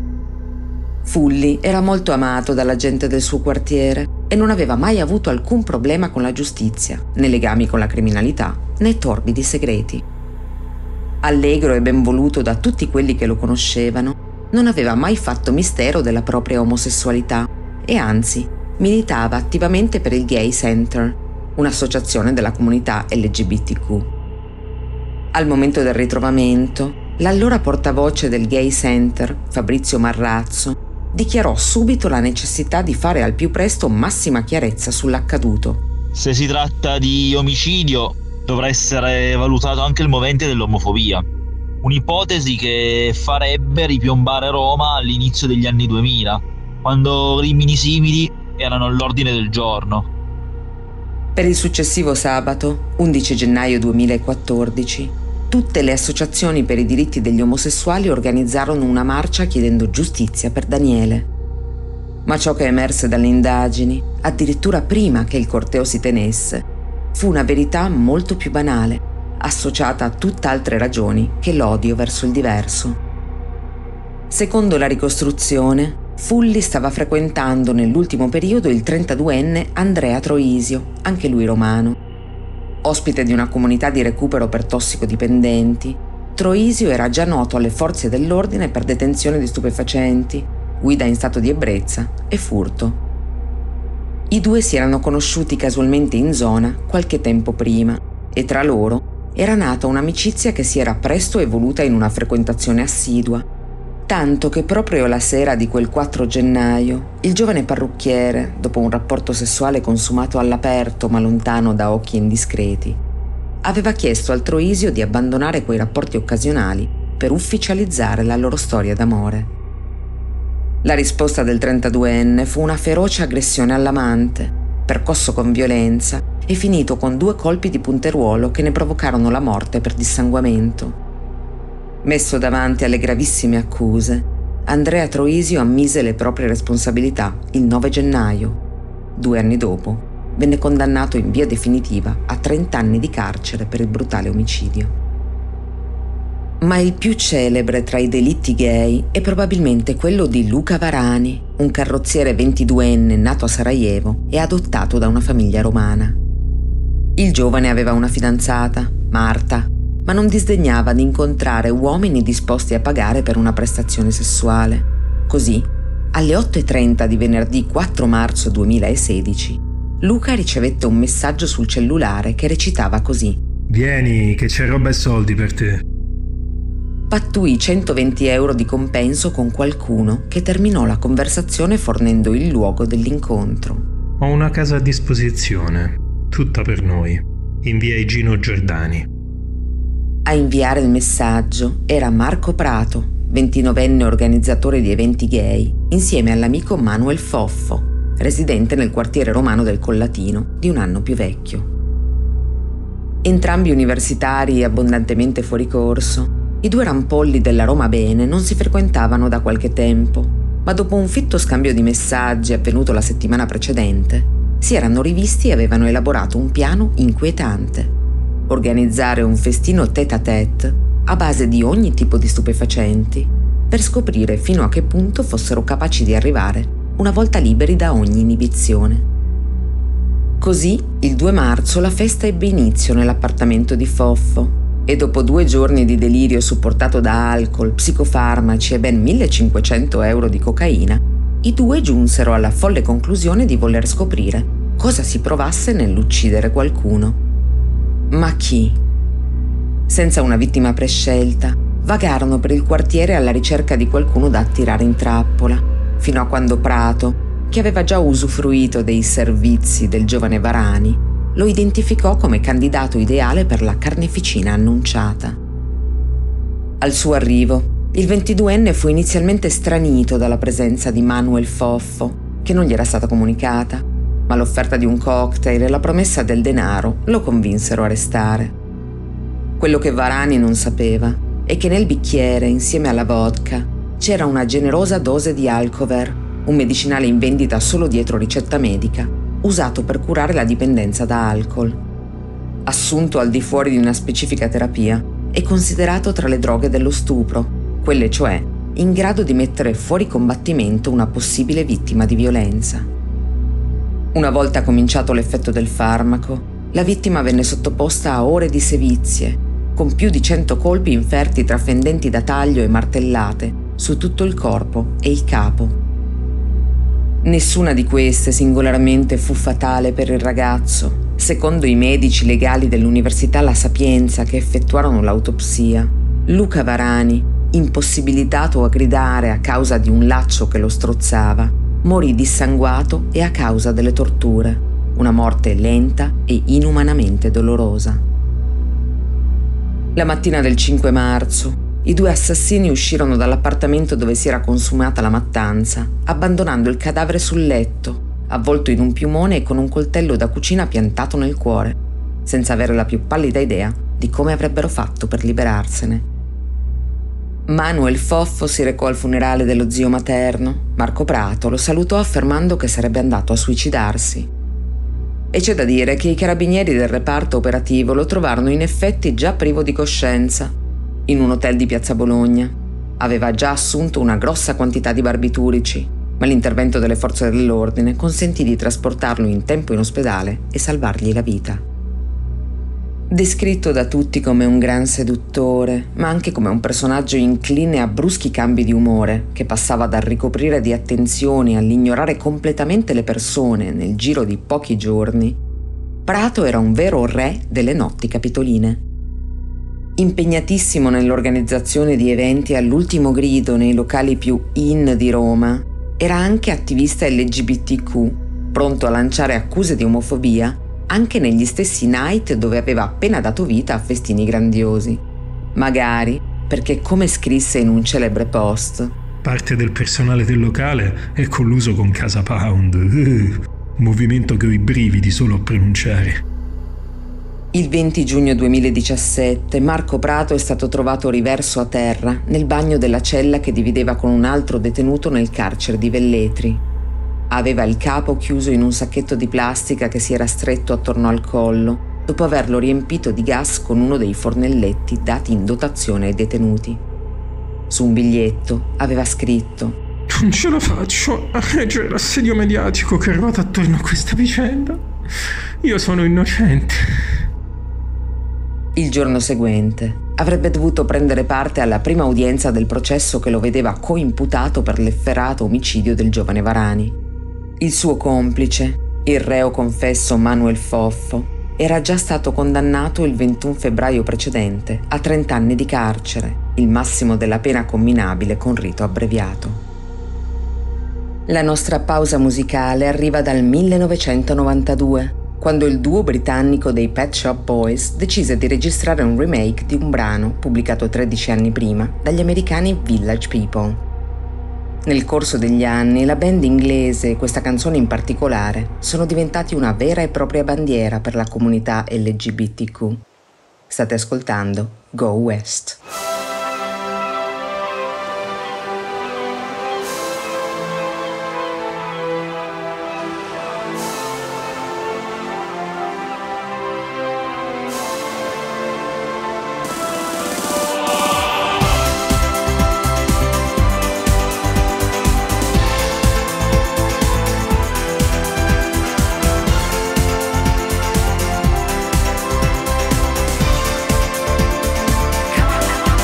Fulli era molto amato dalla gente del suo quartiere e non aveva mai avuto alcun problema con la giustizia, né legami con la criminalità, né torbidi segreti. Allegro e ben voluto da tutti quelli che lo conoscevano, non aveva mai fatto mistero della propria omosessualità e anzi militava attivamente per il Gay Center, un'associazione della comunità LGBTQ. Al momento del ritrovamento, l'allora portavoce del Gay Center, Fabrizio Marrazzo, dichiarò subito la necessità di fare al più presto massima chiarezza sull'accaduto. Se si tratta di omicidio, dovrà essere valutato anche il movente dell'omofobia, un'ipotesi che farebbe ripiombare Roma all'inizio degli anni 2000, quando crimini simili erano all'ordine del giorno. Per il successivo sabato, 11 gennaio 2014, tutte le associazioni per i diritti degli omosessuali organizzarono una marcia chiedendo giustizia per Daniele. Ma ciò che emerse dalle indagini, addirittura prima che il corteo si tenesse, fu una verità molto più banale, associata a tutt'altre ragioni che l'odio verso il diverso. Secondo la ricostruzione, Fulli stava frequentando nell'ultimo periodo il 32enne Andrea Troisio, anche lui romano. Ospite di una comunità di recupero per tossicodipendenti, Troisio era già noto alle forze dell'ordine per detenzione di stupefacenti, guida in stato di ebbrezza e furto. I due si erano conosciuti casualmente in zona qualche tempo prima e tra loro era nata un'amicizia che si era presto evoluta in una frequentazione assidua, tanto che proprio la sera di quel 4 gennaio il giovane parrucchiere, dopo un rapporto sessuale consumato all'aperto ma lontano da occhi indiscreti, aveva chiesto al Troisio di abbandonare quei rapporti occasionali per ufficializzare la loro storia d'amore. La risposta del 32enne fu una feroce aggressione all'amante, percosso con violenza e finito con 2 colpi di punteruolo che ne provocarono la morte per dissanguamento. Messo davanti alle gravissime accuse, Andrea Troisio ammise le proprie responsabilità il 9 gennaio. 2 anni dopo, venne condannato in via definitiva a 30 anni di carcere per il brutale omicidio. Ma il più celebre tra i delitti gay è probabilmente quello di Luca Varani, un carrozziere 22enne nato a Sarajevo e adottato da una famiglia romana. Il giovane aveva una fidanzata, Marta, ma non disdegnava di incontrare uomini disposti a pagare per una prestazione sessuale. Così, alle 8:30 di venerdì 4 marzo 2016, Luca ricevette un messaggio sul cellulare che recitava così: «Vieni, che c'è roba e soldi per te». Pattuì 120 euro di compenso con qualcuno che terminò la conversazione fornendo il luogo dell'incontro. «Ho una casa a disposizione, tutta per noi, in via Igino Giordani». A inviare il messaggio era Marco Prato, 29enne organizzatore di eventi gay, insieme all'amico Manuel Foffo, residente nel quartiere romano del Collatino, di un anno più vecchio. Entrambi universitari e abbondantemente fuori corso, i 2 rampolli della Roma Bene non si frequentavano da qualche tempo, ma dopo un fitto scambio di messaggi avvenuto la settimana precedente, si erano rivisti e avevano elaborato un piano inquietante: organizzare un festino tête-à-tête a base di ogni tipo di stupefacenti, per scoprire fino a che punto fossero capaci di arrivare una volta liberi da ogni inibizione. Così, il 2 marzo, la festa ebbe inizio nell'appartamento di Foffo, e dopo 2 giorni di delirio supportato da alcol, psicofarmaci e ben 1.500 euro di cocaina, i 2 giunsero alla folle conclusione di voler scoprire cosa si provasse nell'uccidere qualcuno. Ma chi? Senza una vittima prescelta, vagarono per il quartiere alla ricerca di qualcuno da attirare in trappola, fino a quando Prato, che aveva già usufruito dei servizi del giovane Varani, lo identificò come candidato ideale per la carneficina annunciata. Al suo arrivo, il 22enne fu inizialmente stranito dalla presenza di Manuel Foffo, che non gli era stata comunicata, ma l'offerta di un cocktail e la promessa del denaro lo convinsero a restare. Quello che Varani non sapeva è che nel bicchiere, insieme alla vodka, c'era una generosa dose di Alcover, un medicinale in vendita solo dietro ricetta medica, usato per curare la dipendenza da alcol. Assunto al di fuori di una specifica terapia, è considerato tra le droghe dello stupro, quelle cioè in grado di mettere fuori combattimento una possibile vittima di violenza. Una volta cominciato l'effetto del farmaco, la vittima venne sottoposta a ore di sevizie, con più di 100 colpi inferti tra fendenti da taglio e martellate su tutto il corpo e il capo. Nessuna di queste singolarmente fu fatale per il ragazzo, secondo i medici legali dell'Università La Sapienza che effettuarono l'autopsia. Luca Varani, impossibilitato a gridare a causa di un laccio che lo strozzava, morì dissanguato e a causa delle torture, una morte lenta e inumanamente dolorosa. La mattina del 5 marzo, i 2 assassini uscirono dall'appartamento dove si era consumata la mattanza, abbandonando il cadavere sul letto, avvolto in un piumone e con un coltello da cucina piantato nel cuore, senza avere la più pallida idea di come avrebbero fatto per liberarsene. Manuel Foffo si recò al funerale dello zio materno. Marco Prato lo salutò affermando che sarebbe andato a suicidarsi. E c'è da dire che i carabinieri del reparto operativo lo trovarono in effetti già privo di coscienza, in un hotel di Piazza Bologna. Aveva già assunto una grossa quantità di barbiturici, ma l'intervento delle forze dell'ordine consentì di trasportarlo in tempo in ospedale e salvargli la vita. Descritto da tutti come un gran seduttore, ma anche come un personaggio incline a bruschi cambi di umore, che passava dal ricoprire di attenzioni all'ignorare completamente le persone nel giro di pochi giorni, Prato era un vero re delle notti capitoline. Impegnatissimo nell'organizzazione di eventi all'ultimo grido nei locali più in di Roma, era anche attivista LGBTQ, pronto a lanciare accuse di omofobia anche negli stessi night dove aveva appena dato vita a festini grandiosi. Magari perché, come scrisse in un celebre post, parte del personale del locale è colluso con Casa Pound. Movimento che ho i brividi solo a pronunciare. Il 20 giugno 2017 Marco Prato è stato trovato riverso a terra nel bagno della cella che divideva con un altro detenuto nel carcere di Velletri. Aveva il capo chiuso in un sacchetto di plastica che si era stretto attorno al collo, dopo averlo riempito di gas con uno dei fornelletti dati in dotazione ai detenuti. Su un biglietto aveva scritto: non ce la faccio a reggere l'assedio mediatico che ruota attorno a questa vicenda. Io sono innocente. Il giorno seguente avrebbe dovuto prendere parte alla prima udienza del processo che lo vedeva coimputato per l'efferato omicidio del giovane Varani. Il suo complice, il reo confesso Manuel Foffo, era già stato condannato il 21 febbraio precedente a 30 anni di carcere, il massimo della pena comminabile con rito abbreviato. La nostra pausa musicale arriva dal 1992, quando il duo britannico dei Pet Shop Boys decise di registrare un remake di un brano pubblicato 13 anni prima dagli americani Village People. Nel corso degli anni la band inglese e questa canzone in particolare sono diventati una vera e propria bandiera per la comunità LGBTQ. State ascoltando Go West. Come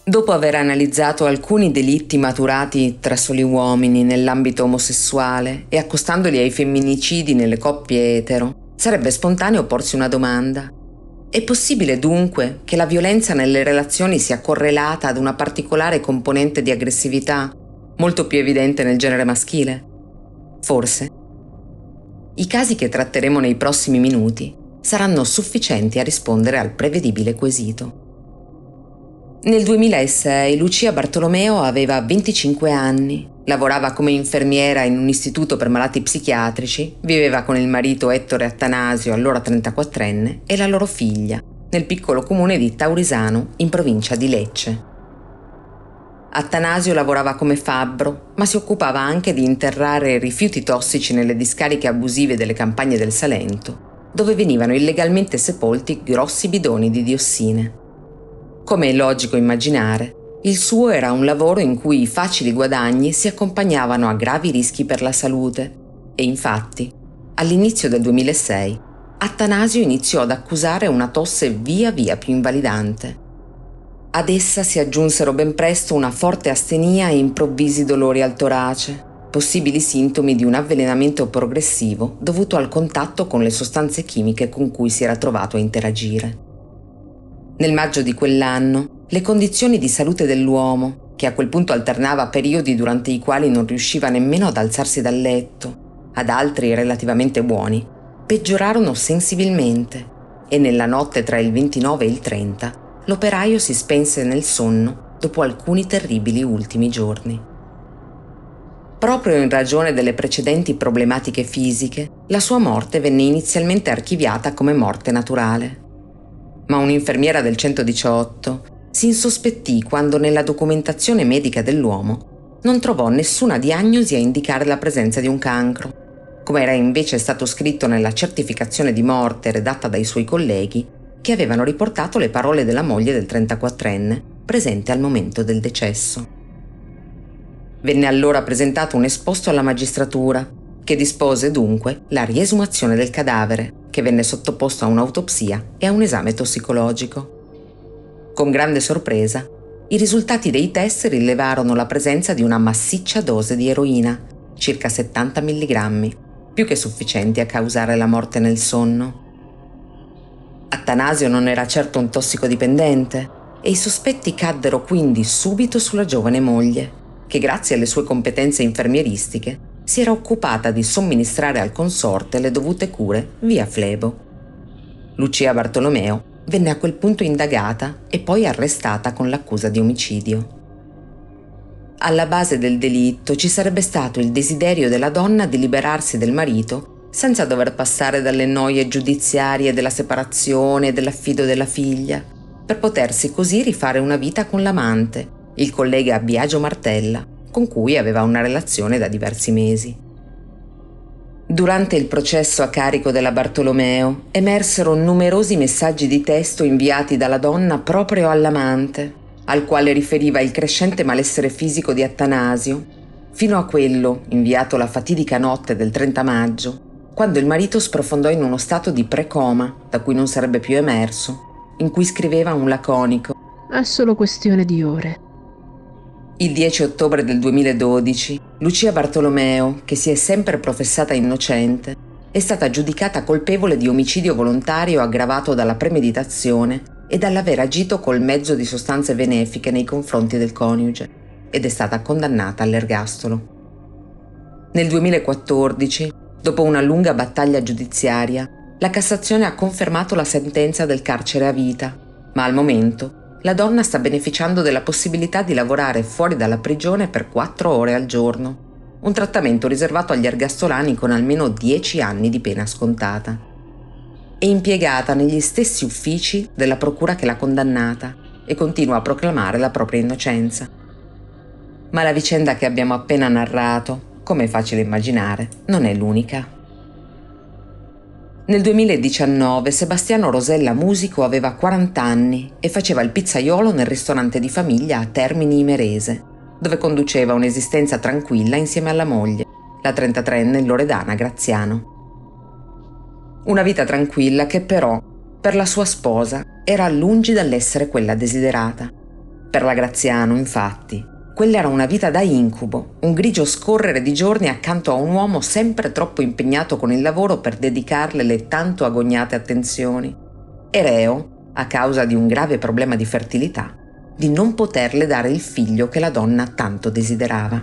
Dopo aver analizzato alcuni delitti maturati tra soli uomini nell'ambito omosessuale e accostandoli ai femminicidi nelle coppie etero, sarebbe spontaneo porsi una domanda. È possibile dunque che la violenza nelle relazioni sia correlata ad una particolare componente di aggressività, molto più evidente nel genere maschile? Forse. I casi che tratteremo nei prossimi minuti saranno sufficienti a rispondere al prevedibile quesito. Nel 2006 Lucia Bartolomeo aveva 25 anni, lavorava come infermiera in un istituto per malati psichiatrici, viveva con il marito Ettore Attanasio, allora 34enne, e la loro figlia, nel piccolo comune di Taurisano, in provincia di Lecce. Attanasio lavorava come fabbro, ma si occupava anche di interrare rifiuti tossici nelle discariche abusive delle campagne del Salento, dove venivano illegalmente sepolti grossi bidoni di diossine. Come è logico immaginare, il suo era un lavoro in cui i facili guadagni si accompagnavano a gravi rischi per la salute e infatti, all'inizio del 2006, Attanasio iniziò ad accusare una tosse via via più invalidante. Ad essa si aggiunsero ben presto una forte astenia e improvvisi dolori al torace, possibili sintomi di un avvelenamento progressivo dovuto al contatto con le sostanze chimiche con cui si era trovato a interagire. Nel maggio di quell'anno, le condizioni di salute dell'uomo, che a quel punto alternava periodi durante i quali non riusciva nemmeno ad alzarsi dal letto, ad altri relativamente buoni, peggiorarono sensibilmente e nella notte tra il 29 e il 30 l'operaio si spense nel sonno dopo alcuni terribili ultimi giorni. Proprio in ragione delle precedenti problematiche fisiche, la sua morte venne inizialmente archiviata come morte naturale. Ma un'infermiera del 118 si insospettì quando nella documentazione medica dell'uomo non trovò nessuna diagnosi a indicare la presenza di un cancro, come era invece stato scritto nella certificazione di morte redatta dai suoi colleghi che avevano riportato le parole della moglie del 34enne presente al momento del decesso. Venne allora presentato un esposto alla magistratura, che dispose dunque la riesumazione del cadavere, che venne sottoposto a un'autopsia e a un esame tossicologico. Con grande sorpresa, i risultati dei test rilevarono la presenza di una massiccia dose di eroina, circa 70 mg, più che sufficienti a causare la morte nel sonno. Attanasio non era certo un tossicodipendente e i sospetti caddero quindi subito sulla giovane moglie, che grazie alle sue competenze infermieristiche si era occupata di somministrare al consorte le dovute cure via flebo. Lucia Bartolomeo venne a quel punto indagata e poi arrestata con l'accusa di omicidio. Alla base del delitto ci sarebbe stato il desiderio della donna di liberarsi del marito senza dover passare dalle noie giudiziarie della separazione e dell'affido della figlia, per potersi così rifare una vita con l'amante, il collega Biagio Martella, con cui aveva una relazione da diversi mesi. Durante il processo a carico della Bartolomeo emersero numerosi messaggi di testo inviati dalla donna proprio all'amante, al quale riferiva il crescente malessere fisico di Attanasio, fino a quello inviato la fatidica notte del 30 maggio, quando il marito sprofondò in uno stato di precoma da cui non sarebbe più emerso, in cui scriveva un laconico: «È solo questione di ore». Il 10 ottobre del 2012, Lucia Bartolomeo, che si è sempre professata innocente, è stata giudicata colpevole di omicidio volontario aggravato dalla premeditazione e dall'aver agito col mezzo di sostanze benefiche nei confronti del coniuge, ed è stata condannata all'ergastolo. Nel 2014, dopo una lunga battaglia giudiziaria, la Cassazione ha confermato la sentenza del carcere a vita, ma al momento la donna sta beneficiando della possibilità di lavorare fuori dalla prigione per 4 ore al giorno, un trattamento riservato agli ergastolani con almeno 10 anni di pena scontata. È impiegata negli stessi uffici della procura che l'ha condannata e continua a proclamare la propria innocenza. Ma la vicenda che abbiamo appena narrato, come è facile immaginare, non è l'unica. Nel 2019 Sebastiano Rosella, musico, aveva 40 anni e faceva il pizzaiolo nel ristorante di famiglia a Termini Imerese, dove conduceva un'esistenza tranquilla insieme alla moglie, la 33enne Loredana Graziano. Una vita tranquilla che però, per la sua sposa, era lungi dall'essere quella desiderata. Per la Graziano, infatti, quella era una vita da incubo, un grigio scorrere di giorni accanto a un uomo sempre troppo impegnato con il lavoro per dedicarle le tanto agognate attenzioni, e reo, a causa di un grave problema di fertilità, di non poterle dare il figlio che la donna tanto desiderava.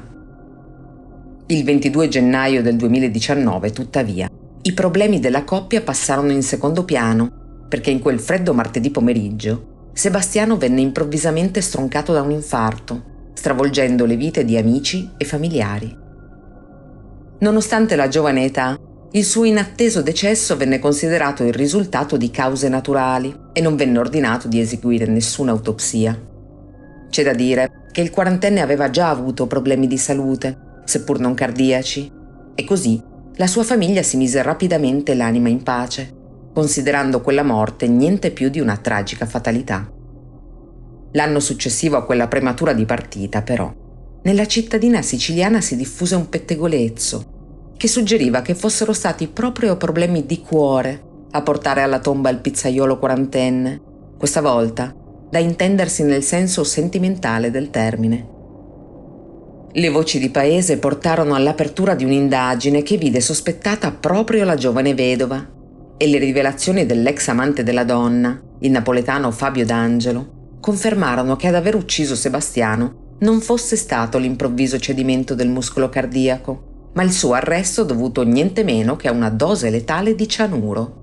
Il 22 gennaio del 2019, tuttavia, i problemi della coppia passarono in secondo piano, perché in quel freddo martedì pomeriggio Sebastiano venne improvvisamente stroncato da un infarto, stravolgendo le vite di amici e familiari. Nonostante la giovane età, il suo inatteso decesso venne considerato il risultato di cause naturali e non venne ordinato di eseguire nessuna autopsia. C'è da dire che il quarantenne aveva già avuto problemi di salute, seppur non cardiaci, e così la sua famiglia si mise rapidamente l'anima in pace, considerando quella morte niente più di una tragica fatalità. L'anno successivo a quella prematura dipartita, però, nella cittadina siciliana si diffuse un pettegolezzo che suggeriva che fossero stati proprio problemi di cuore a portare alla tomba il pizzaiolo quarantenne, questa volta da intendersi nel senso sentimentale del termine. Le voci di paese portarono all'apertura di un'indagine che vide sospettata proprio la giovane vedova, e le rivelazioni dell'ex amante della donna, il napoletano Fabio D'Angelo, confermarono che ad aver ucciso Sebastiano non fosse stato l'improvviso cedimento del muscolo cardiaco, ma il suo arresto dovuto niente meno che a una dose letale di cianuro.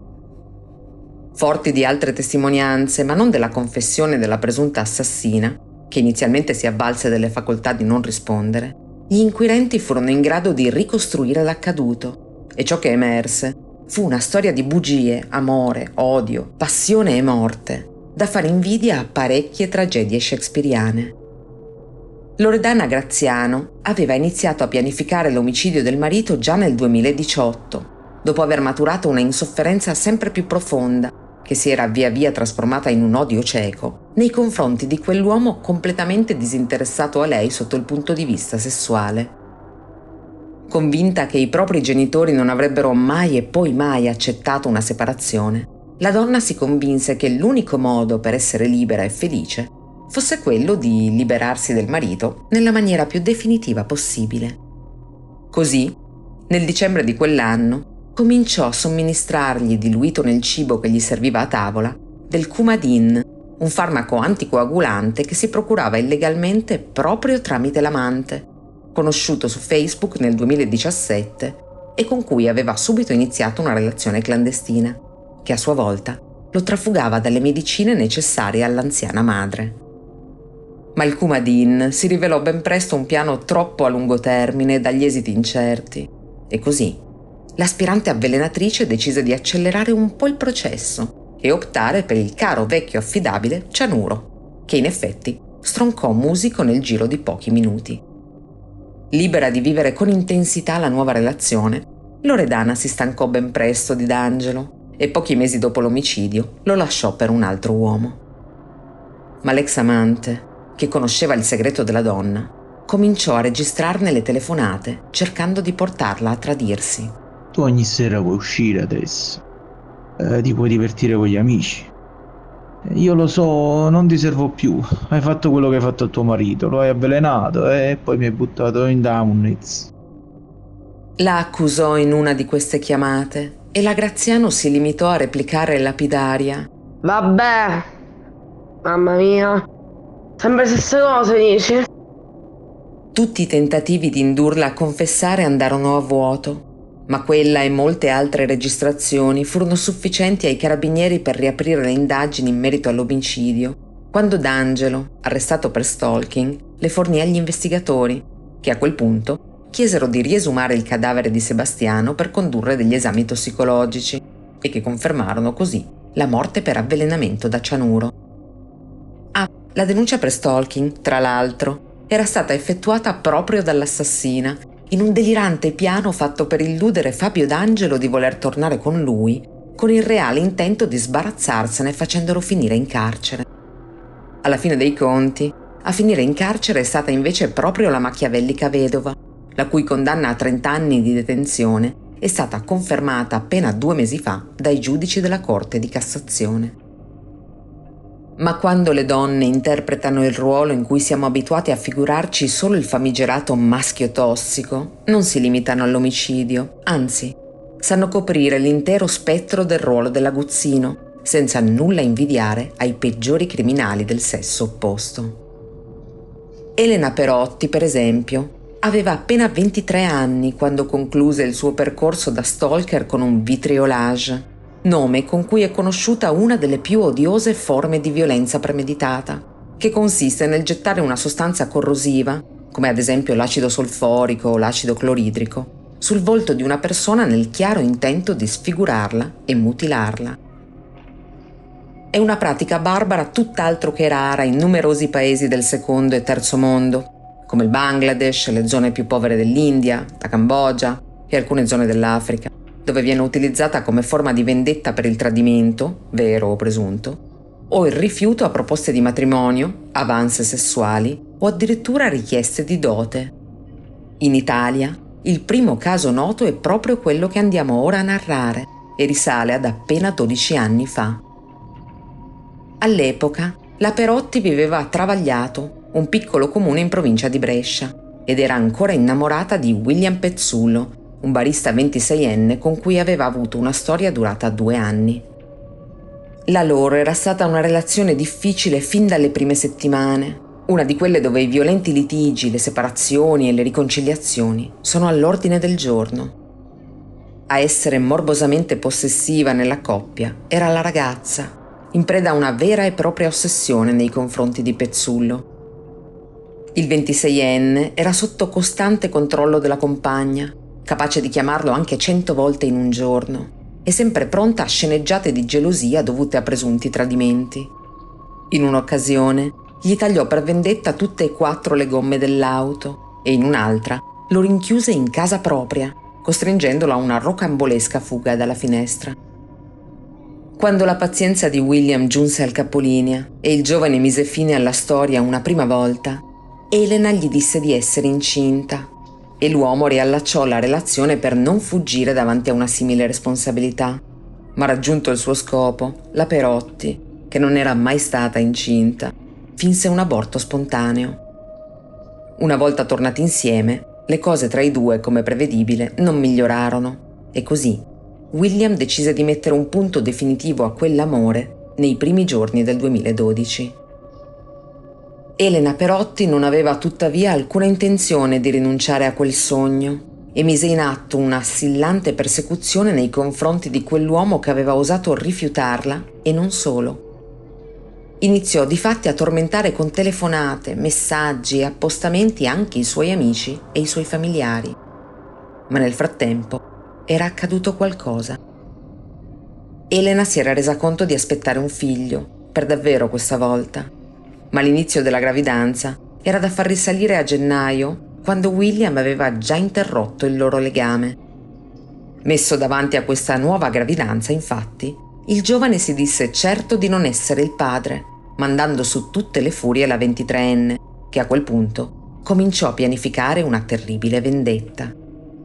Forti di altre testimonianze, ma non della confessione della presunta assassina, che inizialmente si avvalse delle facoltà di non rispondere, gli inquirenti furono in grado di ricostruire l'accaduto, e ciò che emerse fu una storia di bugie, amore, odio, passione e morte, da fare invidia a parecchie tragedie shakespeariane. Loredana Graziano aveva iniziato a pianificare l'omicidio del marito già nel 2018, dopo aver maturato una insofferenza sempre più profonda, che si era via via trasformata in un odio cieco nei confronti di quell'uomo completamente disinteressato a lei sotto il punto di vista sessuale. Convinta che i propri genitori non avrebbero mai e poi mai accettato una separazione, la donna si convinse che l'unico modo per essere libera e felice fosse quello di liberarsi del marito nella maniera più definitiva possibile. Così, nel dicembre di quell'anno, cominciò a somministrargli, diluito nel cibo che gli serviva a tavola, del Coumadin, un farmaco anticoagulante che si procurava illegalmente proprio tramite l'amante, conosciuto su Facebook nel 2017 e con cui aveva subito iniziato una relazione clandestina, che a sua volta lo trafugava dalle medicine necessarie all'anziana madre. Ma il Coumadin si rivelò ben presto un piano troppo a lungo termine e dagli esiti incerti, e così l'aspirante avvelenatrice decise di accelerare un po' il processo e optare per il caro vecchio affidabile cianuro, che in effetti stroncò Musico nel giro di pochi minuti. Libera di vivere con intensità la nuova relazione, Loredana si stancò ben presto di D'Angelo e pochi mesi dopo l'omicidio lo lasciò per un altro uomo. Ma l'ex amante, che conosceva il segreto della donna, cominciò a registrarne le telefonate cercando di portarla a tradirsi. Tu ogni sera puoi uscire adesso, ti puoi divertire con gli amici. Io lo so, non ti servo più, hai fatto quello che hai fatto a tuo marito, lo hai avvelenato e poi mi hai buttato in Damunitz. La accusò in una di queste chiamate e la Graziano si limitò a replicare lapidaria: Vabbè, mamma mia, sempre le stesse cose dici? Tutti i tentativi di indurla a confessare andarono a vuoto, ma quella e molte altre registrazioni furono sufficienti ai carabinieri per riaprire le indagini in merito all'omicidio, quando D'Angelo, arrestato per stalking, le fornì agli investigatori, che a quel punto chiesero di riesumare il cadavere di Sebastiano per condurre degli esami tossicologici e che confermarono così la morte per avvelenamento da cianuro. La denuncia per stalking, tra l'altro, era stata effettuata proprio dall'assassina, in un delirante piano fatto per illudere Fabio D'Angelo di voler tornare con lui, con il reale intento di sbarazzarsene facendolo finire in carcere. Alla fine dei conti, a finire in carcere è stata invece proprio la machiavellica vedova, la cui condanna a 30 anni di detenzione è stata confermata appena 2 mesi fa dai giudici della Corte di Cassazione. Ma quando le donne interpretano il ruolo in cui siamo abituati a figurarci solo il famigerato maschio tossico, non si limitano all'omicidio, anzi, sanno coprire l'intero spettro del ruolo dell'aguzzino, senza nulla invidiare ai peggiori criminali del sesso opposto. Elena Perotti, per esempio, aveva appena 23 anni quando concluse il suo percorso da stalker con un vitriolage, nome con cui è conosciuta una delle più odiose forme di violenza premeditata, che consiste nel gettare una sostanza corrosiva, come ad esempio l'acido solforico o l'acido cloridrico, sul volto di una persona nel chiaro intento di sfigurarla e mutilarla. È una pratica barbara tutt'altro che rara in numerosi paesi del secondo e terzo mondo, come il Bangladesh, le zone più povere dell'India, la Cambogia e alcune zone dell'Africa, dove viene utilizzata come forma di vendetta per il tradimento, vero o presunto, o il rifiuto a proposte di matrimonio, avance sessuali o addirittura richieste di dote. In Italia, il primo caso noto è proprio quello che andiamo ora a narrare e risale ad appena 12 anni fa. All'epoca, la Perotti viveva a Travagliato, un piccolo comune in provincia di Brescia, ed era ancora innamorata di William Pezzullo, un barista 26enne con cui aveva avuto una storia durata 2 anni. La loro era stata una relazione difficile fin dalle prime settimane, una di quelle dove i violenti litigi, le separazioni e le riconciliazioni sono all'ordine del giorno. A essere morbosamente possessiva nella coppia era la ragazza, in preda a una vera e propria ossessione nei confronti di Pezzullo. Il 26enne era sotto costante controllo della compagna, capace di chiamarlo anche 100 volte in un giorno, e sempre pronta a sceneggiate di gelosia dovute a presunti tradimenti. In un'occasione gli tagliò per vendetta tutte e 4 le gomme dell'auto e in un'altra lo rinchiuse in casa propria, costringendolo a una rocambolesca fuga dalla finestra. Quando la pazienza di William giunse al capolinea e il giovane mise fine alla storia una prima volta, Elena gli disse di essere incinta e l'uomo riallacciò la relazione per non fuggire davanti a una simile responsabilità. Ma raggiunto il suo scopo, la Perotti, che non era mai stata incinta, finse un aborto spontaneo. Una volta tornati insieme, le cose tra i due, come prevedibile, non migliorarono e così William decise di mettere un punto definitivo a quell'amore nei primi giorni del 2012. Elena Perotti non aveva tuttavia alcuna intenzione di rinunciare a quel sogno e mise in atto una assillante persecuzione nei confronti di quell'uomo che aveva osato rifiutarla e non solo. Iniziò difatti a tormentare con telefonate, messaggi e appostamenti anche i suoi amici e i suoi familiari. Ma nel frattempo era accaduto qualcosa. Elena si era resa conto di aspettare un figlio, per davvero questa volta, ma l'inizio della gravidanza era da far risalire a gennaio, quando William aveva già interrotto il loro legame. Messo davanti a questa nuova gravidanza, infatti, il giovane si disse certo di non essere il padre, mandando su tutte le furie la 23enne, che a quel punto cominciò a pianificare una terribile vendetta.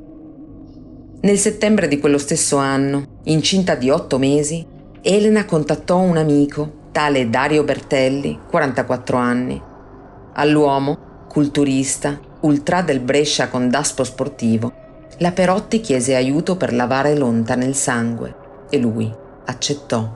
Nel settembre di quello stesso anno, incinta di 8 mesi, Elena contattò un amico, tale Dario Bertelli, 44 anni. All'uomo, culturista, ultra del Brescia con daspo sportivo, la Perotti chiese aiuto per lavare l'onta nel sangue e lui accettò.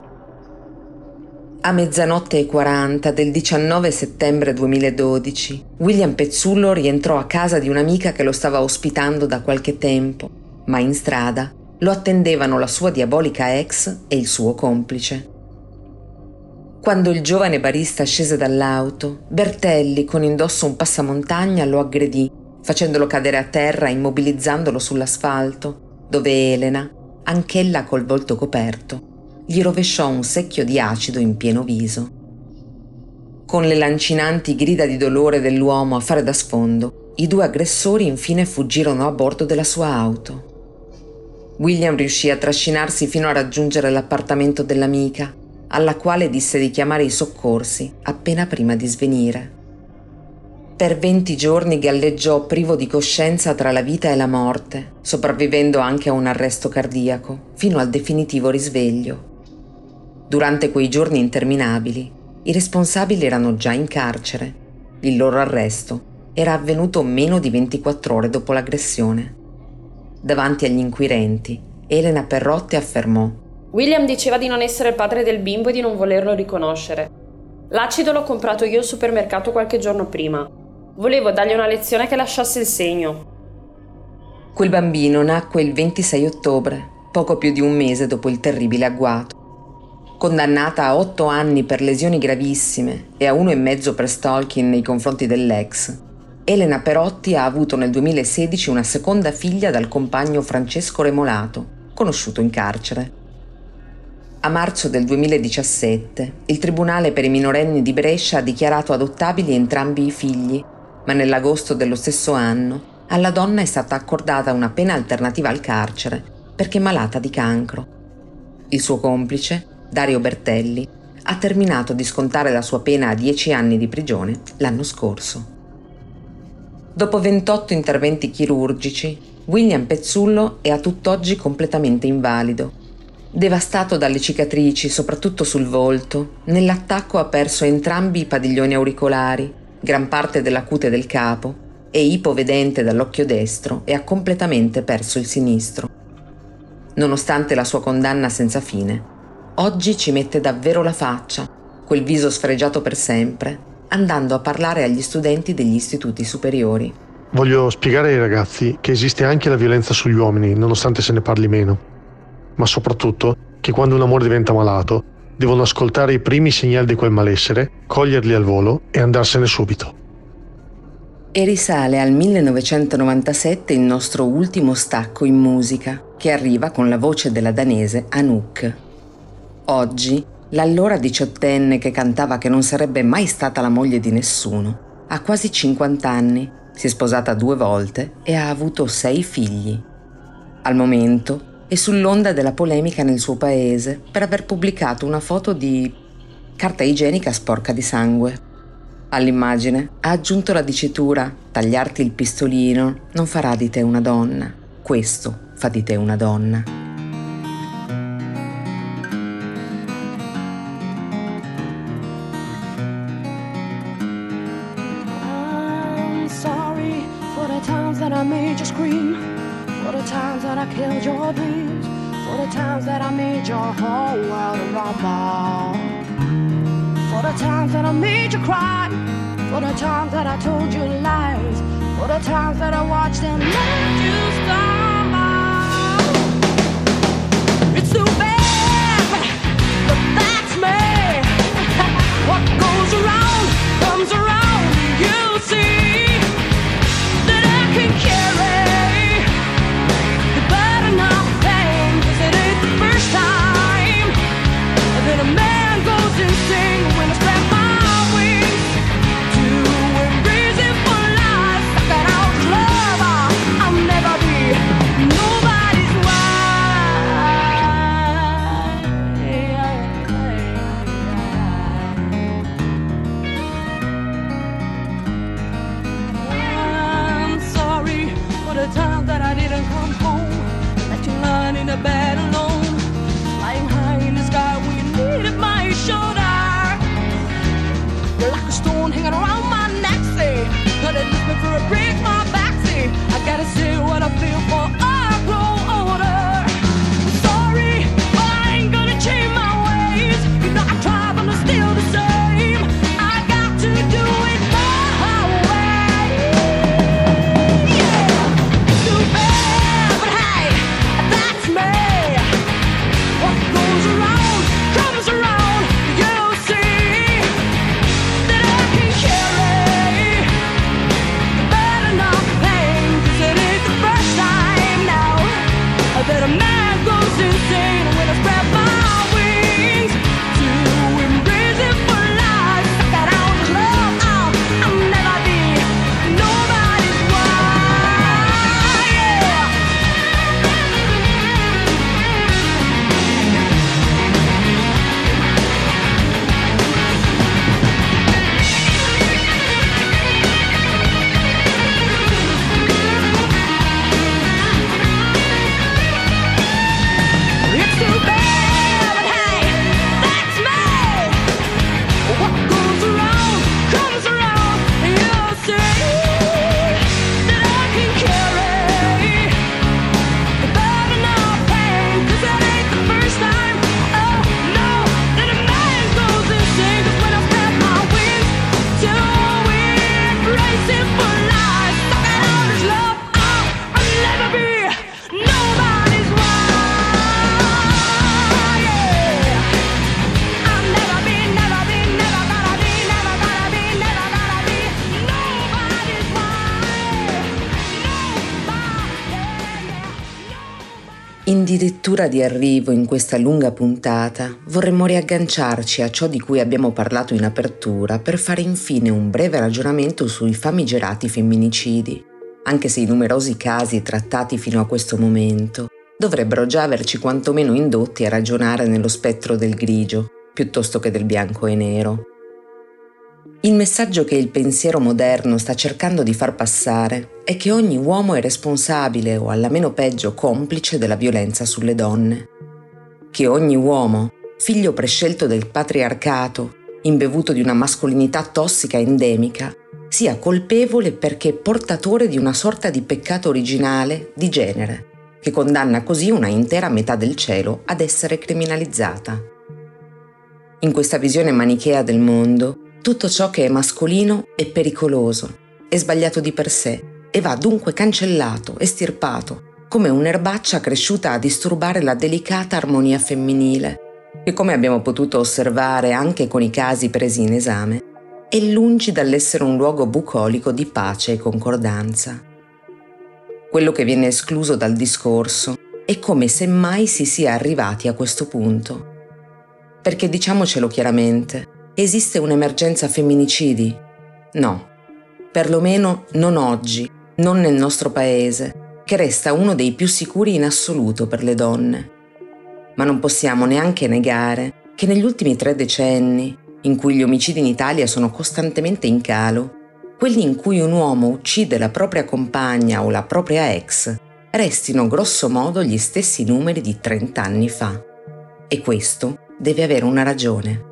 A 00:40 del 19 settembre 2012, William Pezzullo rientrò a casa di un'amica che lo stava ospitando da qualche tempo, ma in strada lo attendevano la sua diabolica ex e il suo complice. Quando il giovane barista scese dall'auto, Bertelli, con indosso un passamontagna, lo aggredì, facendolo cadere a terra e immobilizzandolo sull'asfalto, dove Elena, anch'ella col volto coperto, gli rovesciò un secchio di acido in pieno viso. Con le lancinanti grida di dolore dell'uomo a fare da sfondo, i 2 aggressori infine fuggirono a bordo della sua auto. William riuscì a trascinarsi fino a raggiungere l'appartamento dell'amica, alla quale disse di chiamare i soccorsi appena prima di svenire. Per 20 giorni galleggiò privo di coscienza tra la vita e la morte, sopravvivendo anche a un arresto cardiaco, fino al definitivo risveglio. Durante quei giorni interminabili, I responsabili erano già in carcere. Il loro arresto era avvenuto meno di 24 ore dopo l'aggressione. Davanti agli inquirenti, Elena Perrotti affermò: William diceva di non essere il padre del bimbo e di non volerlo riconoscere. L'acido l'ho comprato io al supermercato qualche giorno prima. Volevo dargli una lezione che lasciasse il segno. Quel bambino nacque il 26 ottobre, poco più di un mese dopo il terribile agguato. Condannata a 8 anni per lesioni gravissime e a 1,5 per stalking nei confronti dell'ex, Elena Perotti ha avuto nel 2016 una seconda figlia dal compagno Francesco Remolato, conosciuto in carcere. A marzo del 2017 il Tribunale per i minorenni di Brescia ha dichiarato adottabili entrambi i figli, ma nell'agosto dello stesso anno alla donna è stata accordata una pena alternativa al carcere perché malata di cancro. Il suo complice, Dario Bertelli, ha terminato di scontare la sua pena a 10 anni di prigione l'anno scorso. Dopo 28 interventi chirurgici, William Pezzullo è a tutt'oggi completamente invalido. Devastato dalle cicatrici, soprattutto sul volto, nell'attacco ha perso entrambi i padiglioni auricolari, gran parte della cute del capo, è ipovedente dall'occhio destro e ha completamente perso il sinistro. Nonostante la sua condanna senza fine, oggi ci mette davvero la faccia, quel viso sfregiato per sempre, andando a parlare agli studenti degli istituti superiori. Voglio spiegare ai ragazzi che esiste anche la violenza sugli uomini, nonostante se ne parli meno. Ma soprattutto che quando un amore diventa malato, devono ascoltare i primi segnali di quel malessere, coglierli al volo e andarsene subito. E risale al 1997 il nostro ultimo stacco in musica, che arriva con la voce della danese Anouk. Oggi, l'allora diciottenne che cantava che non sarebbe mai stata la moglie di nessuno, ha quasi 50 anni, si è sposata 2 volte e ha avuto 6 figli. Al momento è sull'onda della polemica nel suo paese per aver pubblicato una foto di carta igienica sporca di sangue. All'immagine ha aggiunto la dicitura: tagliarti il pistolino non farà di te una donna, questo fa di te una donna. I'm sorry for the times that I made you scream, for the times that I killed your dreams, for the times that I made your whole world rumble, for the times that I made you cry, for the times that I told you lies, for the times that I watched and let you stumble. It's too bad, but that's me. What goes around comes around. You see that I can carry the burden of pain, 'cause it ain't the first time that a man goes insane. When I spread my wings to embrace it for life, I got out love, I'll never be nobody's wife. In dirittura di arrivo in questa lunga puntata vorremmo riagganciarci a ciò di cui abbiamo parlato in apertura per fare infine un breve ragionamento sui famigerati femminicidi, anche se i numerosi casi trattati fino a questo momento dovrebbero già averci quantomeno indotti a ragionare nello spettro del grigio piuttosto che del bianco e nero. Il messaggio che il pensiero moderno sta cercando di far passare è che ogni uomo è responsabile o alla meno peggio complice della violenza sulle donne. Che ogni uomo, figlio prescelto del patriarcato, imbevuto di una mascolinità tossica e endemica, sia colpevole perché portatore di una sorta di peccato originale di genere, che condanna così una intera metà del cielo ad essere criminalizzata. In questa visione manichea del mondo, tutto ciò che è mascolino è pericoloso, è sbagliato di per sé e va dunque cancellato, estirpato, come un'erbaccia cresciuta a disturbare la delicata armonia femminile, che come abbiamo potuto osservare anche con i casi presi in esame, è lungi dall'essere un luogo bucolico di pace e concordanza. Quello che viene escluso dal discorso è come se mai si sia arrivati a questo punto. Perché diciamocelo chiaramente, esiste un'emergenza femminicidi? No, perlomeno non oggi, non nel nostro paese, che resta uno dei più sicuri in assoluto per le donne. Ma non possiamo neanche negare che negli ultimi 3 decenni, in cui gli omicidi in Italia sono costantemente in calo, quelli in cui un uomo uccide la propria compagna o la propria ex restino grosso modo gli stessi numeri di 30 anni fa. E questo deve avere una ragione.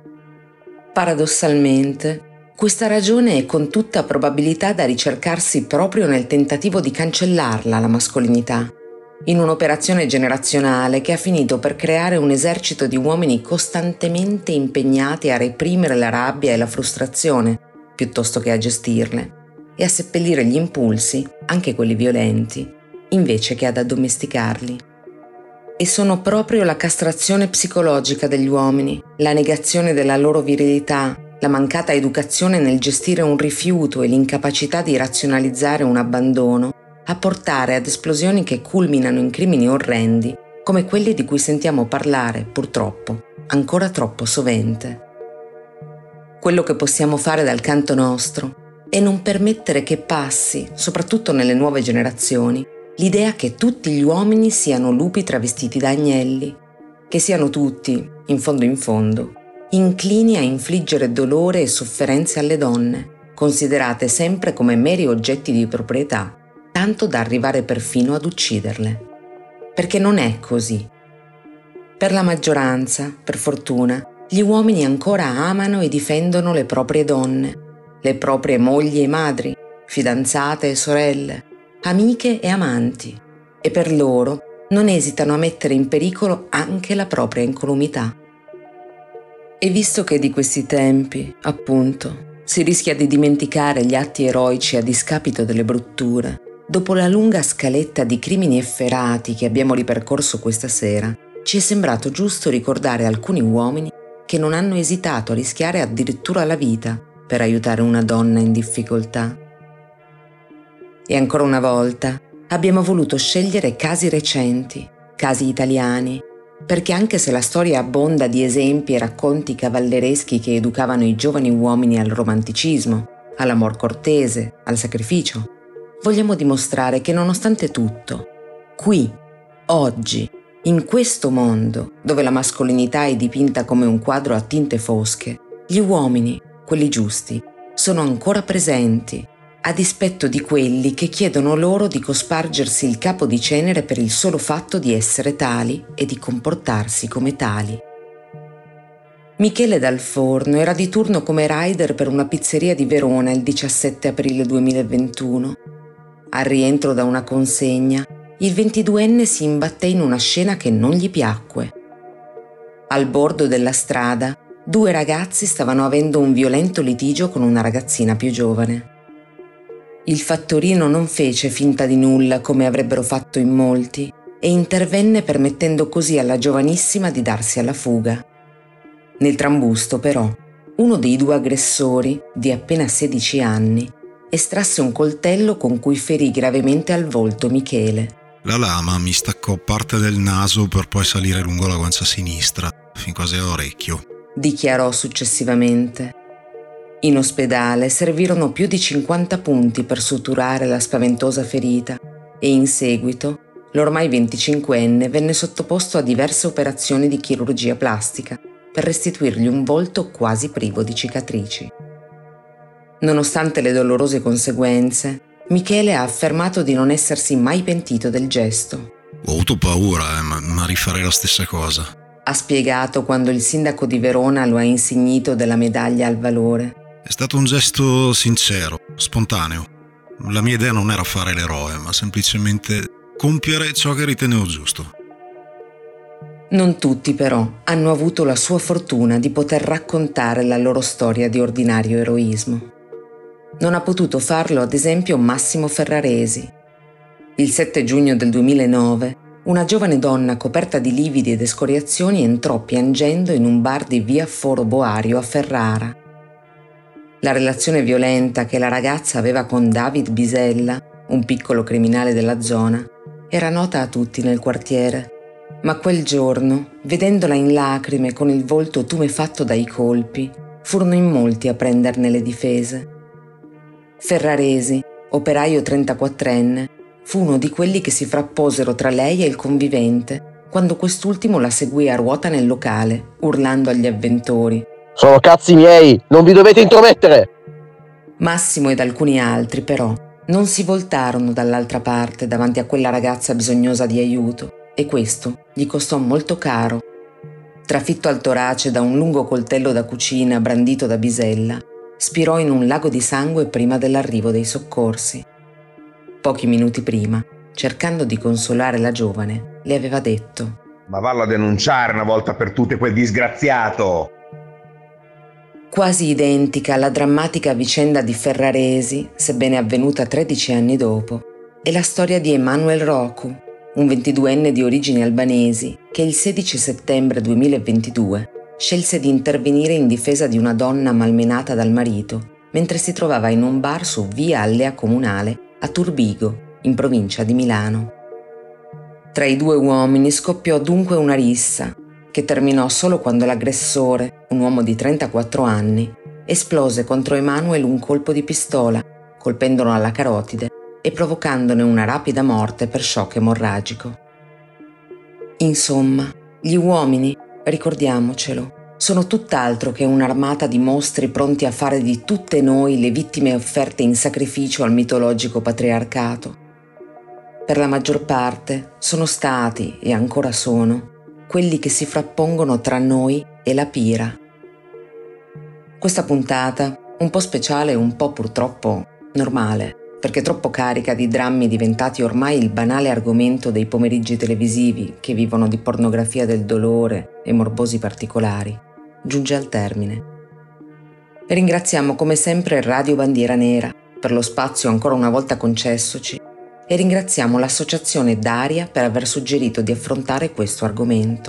Paradossalmente, questa ragione è con tutta probabilità da ricercarsi proprio nel tentativo di cancellarla, la mascolinità, in un'operazione generazionale che ha finito per creare un esercito di uomini costantemente impegnati a reprimere la rabbia e la frustrazione, piuttosto che a gestirle, e a seppellire gli impulsi, anche quelli violenti, invece che ad addomesticarli. E sono proprio la castrazione psicologica degli uomini, la negazione della loro virilità, la mancata educazione nel gestire un rifiuto e l'incapacità di razionalizzare un abbandono a portare ad esplosioni che culminano in crimini orrendi come quelli di cui sentiamo parlare, purtroppo, ancora troppo sovente. Quello che possiamo fare dal canto nostro è non permettere che passi, soprattutto nelle nuove generazioni, l'idea che tutti gli uomini siano lupi travestiti da agnelli, che siano tutti, in fondo, inclini a infliggere dolore e sofferenze alle donne, considerate sempre come meri oggetti di proprietà, tanto da arrivare perfino ad ucciderle. Perché non è così. Per la maggioranza, per fortuna, gli uomini ancora amano e difendono le proprie donne, le proprie mogli e madri, fidanzate e sorelle, amiche e amanti, e per loro non esitano a mettere in pericolo anche la propria incolumità. E visto che di questi tempi, appunto, si rischia di dimenticare gli atti eroici a discapito delle brutture, dopo la lunga scaletta di crimini efferati che abbiamo ripercorso questa sera, ci è sembrato giusto ricordare alcuni uomini che non hanno esitato a rischiare addirittura la vita per aiutare una donna in difficoltà. E ancora una volta abbiamo voluto scegliere casi recenti, casi italiani, perché anche se la storia abbonda di esempi e racconti cavallereschi che educavano i giovani uomini al romanticismo, all'amor cortese, al sacrificio, vogliamo dimostrare che nonostante tutto, qui, oggi, in questo mondo, dove la mascolinità è dipinta come un quadro a tinte fosche, gli uomini, quelli giusti, sono ancora presenti, a dispetto di quelli che chiedono loro di cospargersi il capo di cenere per il solo fatto di essere tali e di comportarsi come tali. Michele Dal Forno era di turno come rider per una pizzeria di Verona il 17 aprile 2021. Al rientro da una consegna, il 22enne si imbatté in una scena che non gli piacque. Al bordo della strada, 2 ragazzi stavano avendo un violento litigio con una ragazzina più giovane. Il fattorino non fece finta di nulla come avrebbero fatto in molti e intervenne permettendo così alla giovanissima di darsi alla fuga. Nel trambusto, però, uno dei 2 aggressori, di appena 16 anni, estrasse un coltello con cui ferì gravemente al volto Michele, La lama mi staccò parte del naso per poi salire lungo la guancia sinistra, fin quasi all'orecchio. Dichiarò successivamente. In ospedale servirono più di 50 punti per suturare la spaventosa ferita e in seguito l'ormai 25enne venne sottoposto a diverse operazioni di chirurgia plastica per restituirgli un volto quasi privo di cicatrici. Nonostante le dolorose conseguenze, Michele ha affermato di non essersi mai pentito del gesto. Ho avuto paura, ma rifarei la stessa cosa. Ha spiegato quando il sindaco di Verona lo ha insignito della medaglia al valore. È stato un gesto sincero, spontaneo. La mia idea non era fare l'eroe, ma semplicemente compiere ciò che ritenevo giusto. Non tutti però hanno avuto la sua fortuna di poter raccontare la loro storia di ordinario eroismo. Non ha potuto farlo ad esempio Massimo Ferraresi. Il 7 giugno del 2009 una giovane donna coperta di lividi ed escoriazioni entrò piangendo in un bar di via Foro Boario a Ferrara. La relazione violenta che la ragazza aveva con David Bisella, un piccolo criminale della zona, era nota a tutti nel quartiere. Ma quel giorno, vedendola in lacrime con il volto tumefatto dai colpi, furono in molti a prenderne le difese. Ferraresi, operaio 34enne, fu uno di quelli che si frapposero tra lei e il convivente quando quest'ultimo la seguì a ruota nel locale, urlando agli avventori: «Sono cazzi miei, non vi dovete intromettere!» Massimo ed alcuni altri, però, non si voltarono dall'altra parte davanti a quella ragazza bisognosa di aiuto e questo gli costò molto caro. Trafitto al torace da un lungo coltello da cucina brandito da Bisella, spirò in un lago di sangue prima dell'arrivo dei soccorsi. Pochi minuti prima, cercando di consolare la giovane, le aveva detto: «Ma vallo a denunciare una volta per tutte quel disgraziato!» Quasi identica alla drammatica vicenda di Ferraresi, sebbene avvenuta 13 anni dopo, è la storia di Emanuel Rocu, un 22enne di origini albanesi che il 16 settembre 2022 scelse di intervenire in difesa di una donna malmenata dal marito mentre si trovava in un bar su via Allea Comunale a Turbigo, in provincia di Milano. Tra i due uomini scoppiò dunque una rissa che terminò solo quando l'aggressore, un uomo di 34 anni, esplose contro Emanuel un colpo di pistola, colpendolo alla carotide e provocandone una rapida morte per shock emorragico. Insomma, gli uomini, ricordiamocelo, sono tutt'altro che un'armata di mostri pronti a fare di tutte noi le vittime offerte in sacrificio al mitologico patriarcato. Per la maggior parte sono stati, e ancora sono, quelli che si frappongono tra noi e la pira. Questa puntata, un po' speciale e un po' purtroppo normale, perché troppo carica di drammi diventati ormai il banale argomento dei pomeriggi televisivi che vivono di pornografia del dolore e morbosi particolari, giunge al termine. Ringraziamo come sempre Radio Bandiera Nera per lo spazio ancora una volta concessoci e ringraziamo l'associazione Daria per aver suggerito di affrontare questo argomento.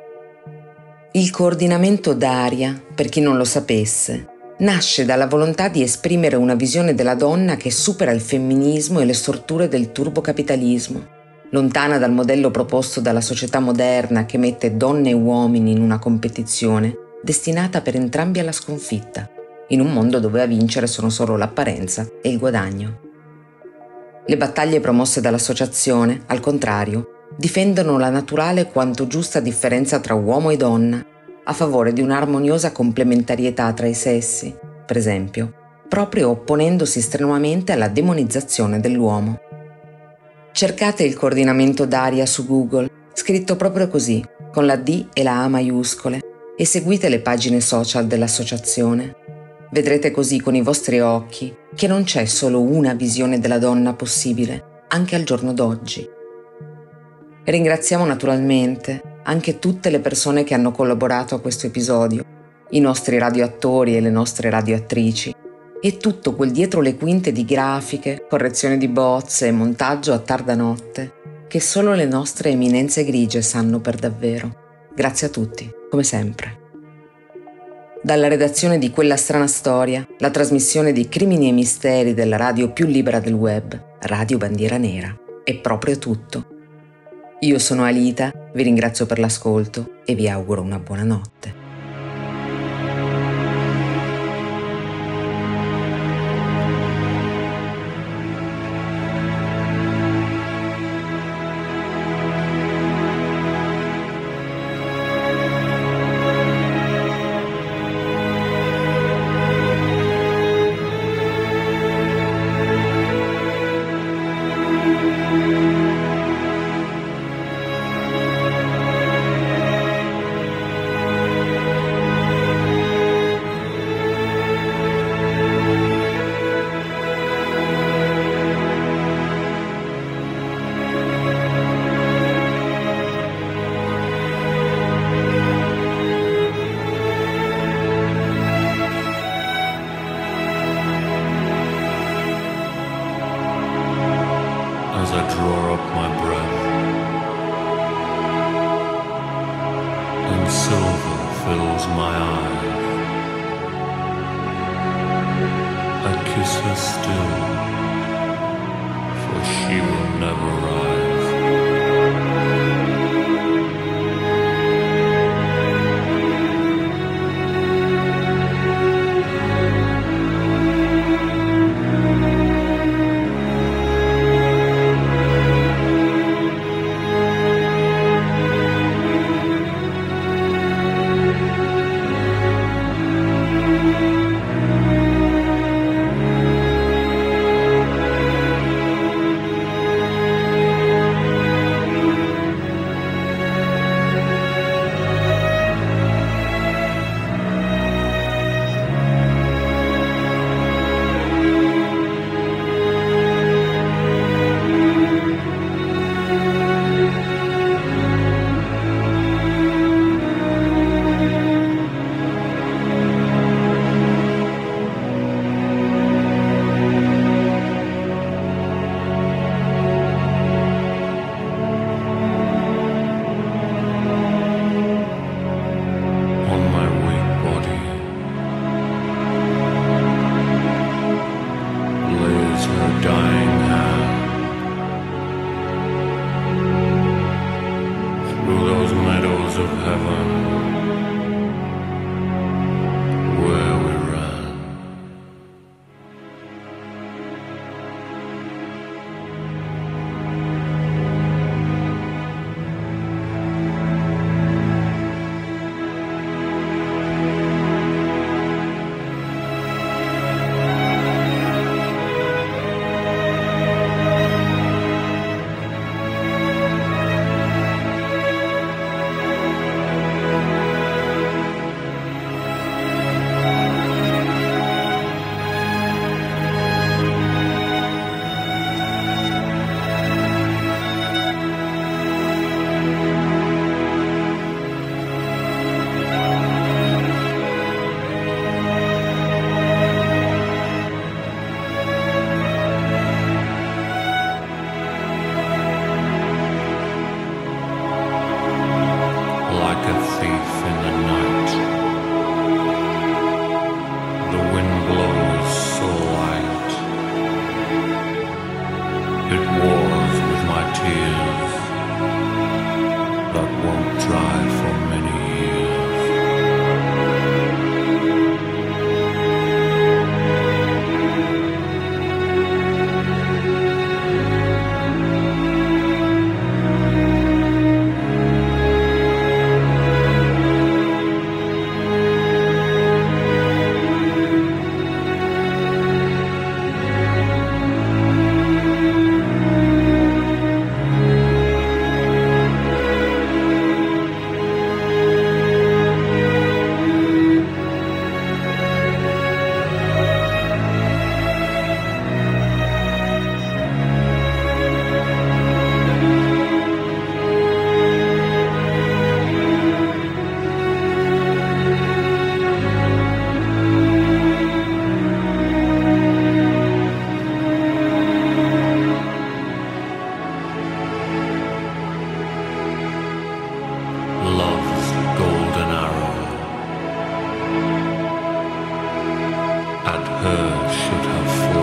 Il coordinamento Daria, per chi non lo sapesse, nasce dalla volontà di esprimere una visione della donna che supera il femminismo e le storture del turbocapitalismo, lontana dal modello proposto dalla società moderna che mette donne e uomini in una competizione destinata per entrambi alla sconfitta, in un mondo dove a vincere sono solo l'apparenza e il guadagno. Le battaglie promosse dall'associazione, al contrario, difendono la naturale quanto giusta differenza tra uomo e donna, a favore di un'armoniosa complementarietà tra i sessi, per esempio, proprio opponendosi strenuamente alla demonizzazione dell'uomo. Cercate il coordinamento Daria su Google, scritto proprio così, con la D e la A maiuscole, e seguite le pagine social dell'associazione. Vedrete così con i vostri occhi che non c'è solo una visione della donna possibile, anche al giorno d'oggi. Ringraziamo naturalmente anche tutte le persone che hanno collaborato a questo episodio, i nostri radioattori e le nostre radioattrici, e tutto quel dietro le quinte di grafiche, correzione di bozze e montaggio a tarda notte, che solo le nostre eminenze grigie sanno per davvero. Grazie a tutti, come sempre. Dalla redazione di Quella strana storia, la trasmissione di Crimini e Misteri della radio più libera del web, Radio Bandiera Nera, è proprio tutto. Io sono Alita, vi ringrazio per l'ascolto e vi auguro una buona notte. As I draw up my breath and silver fills my eyes, I kiss her still, for she will never rise.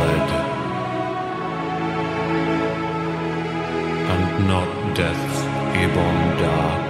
Not death's gibbon dark.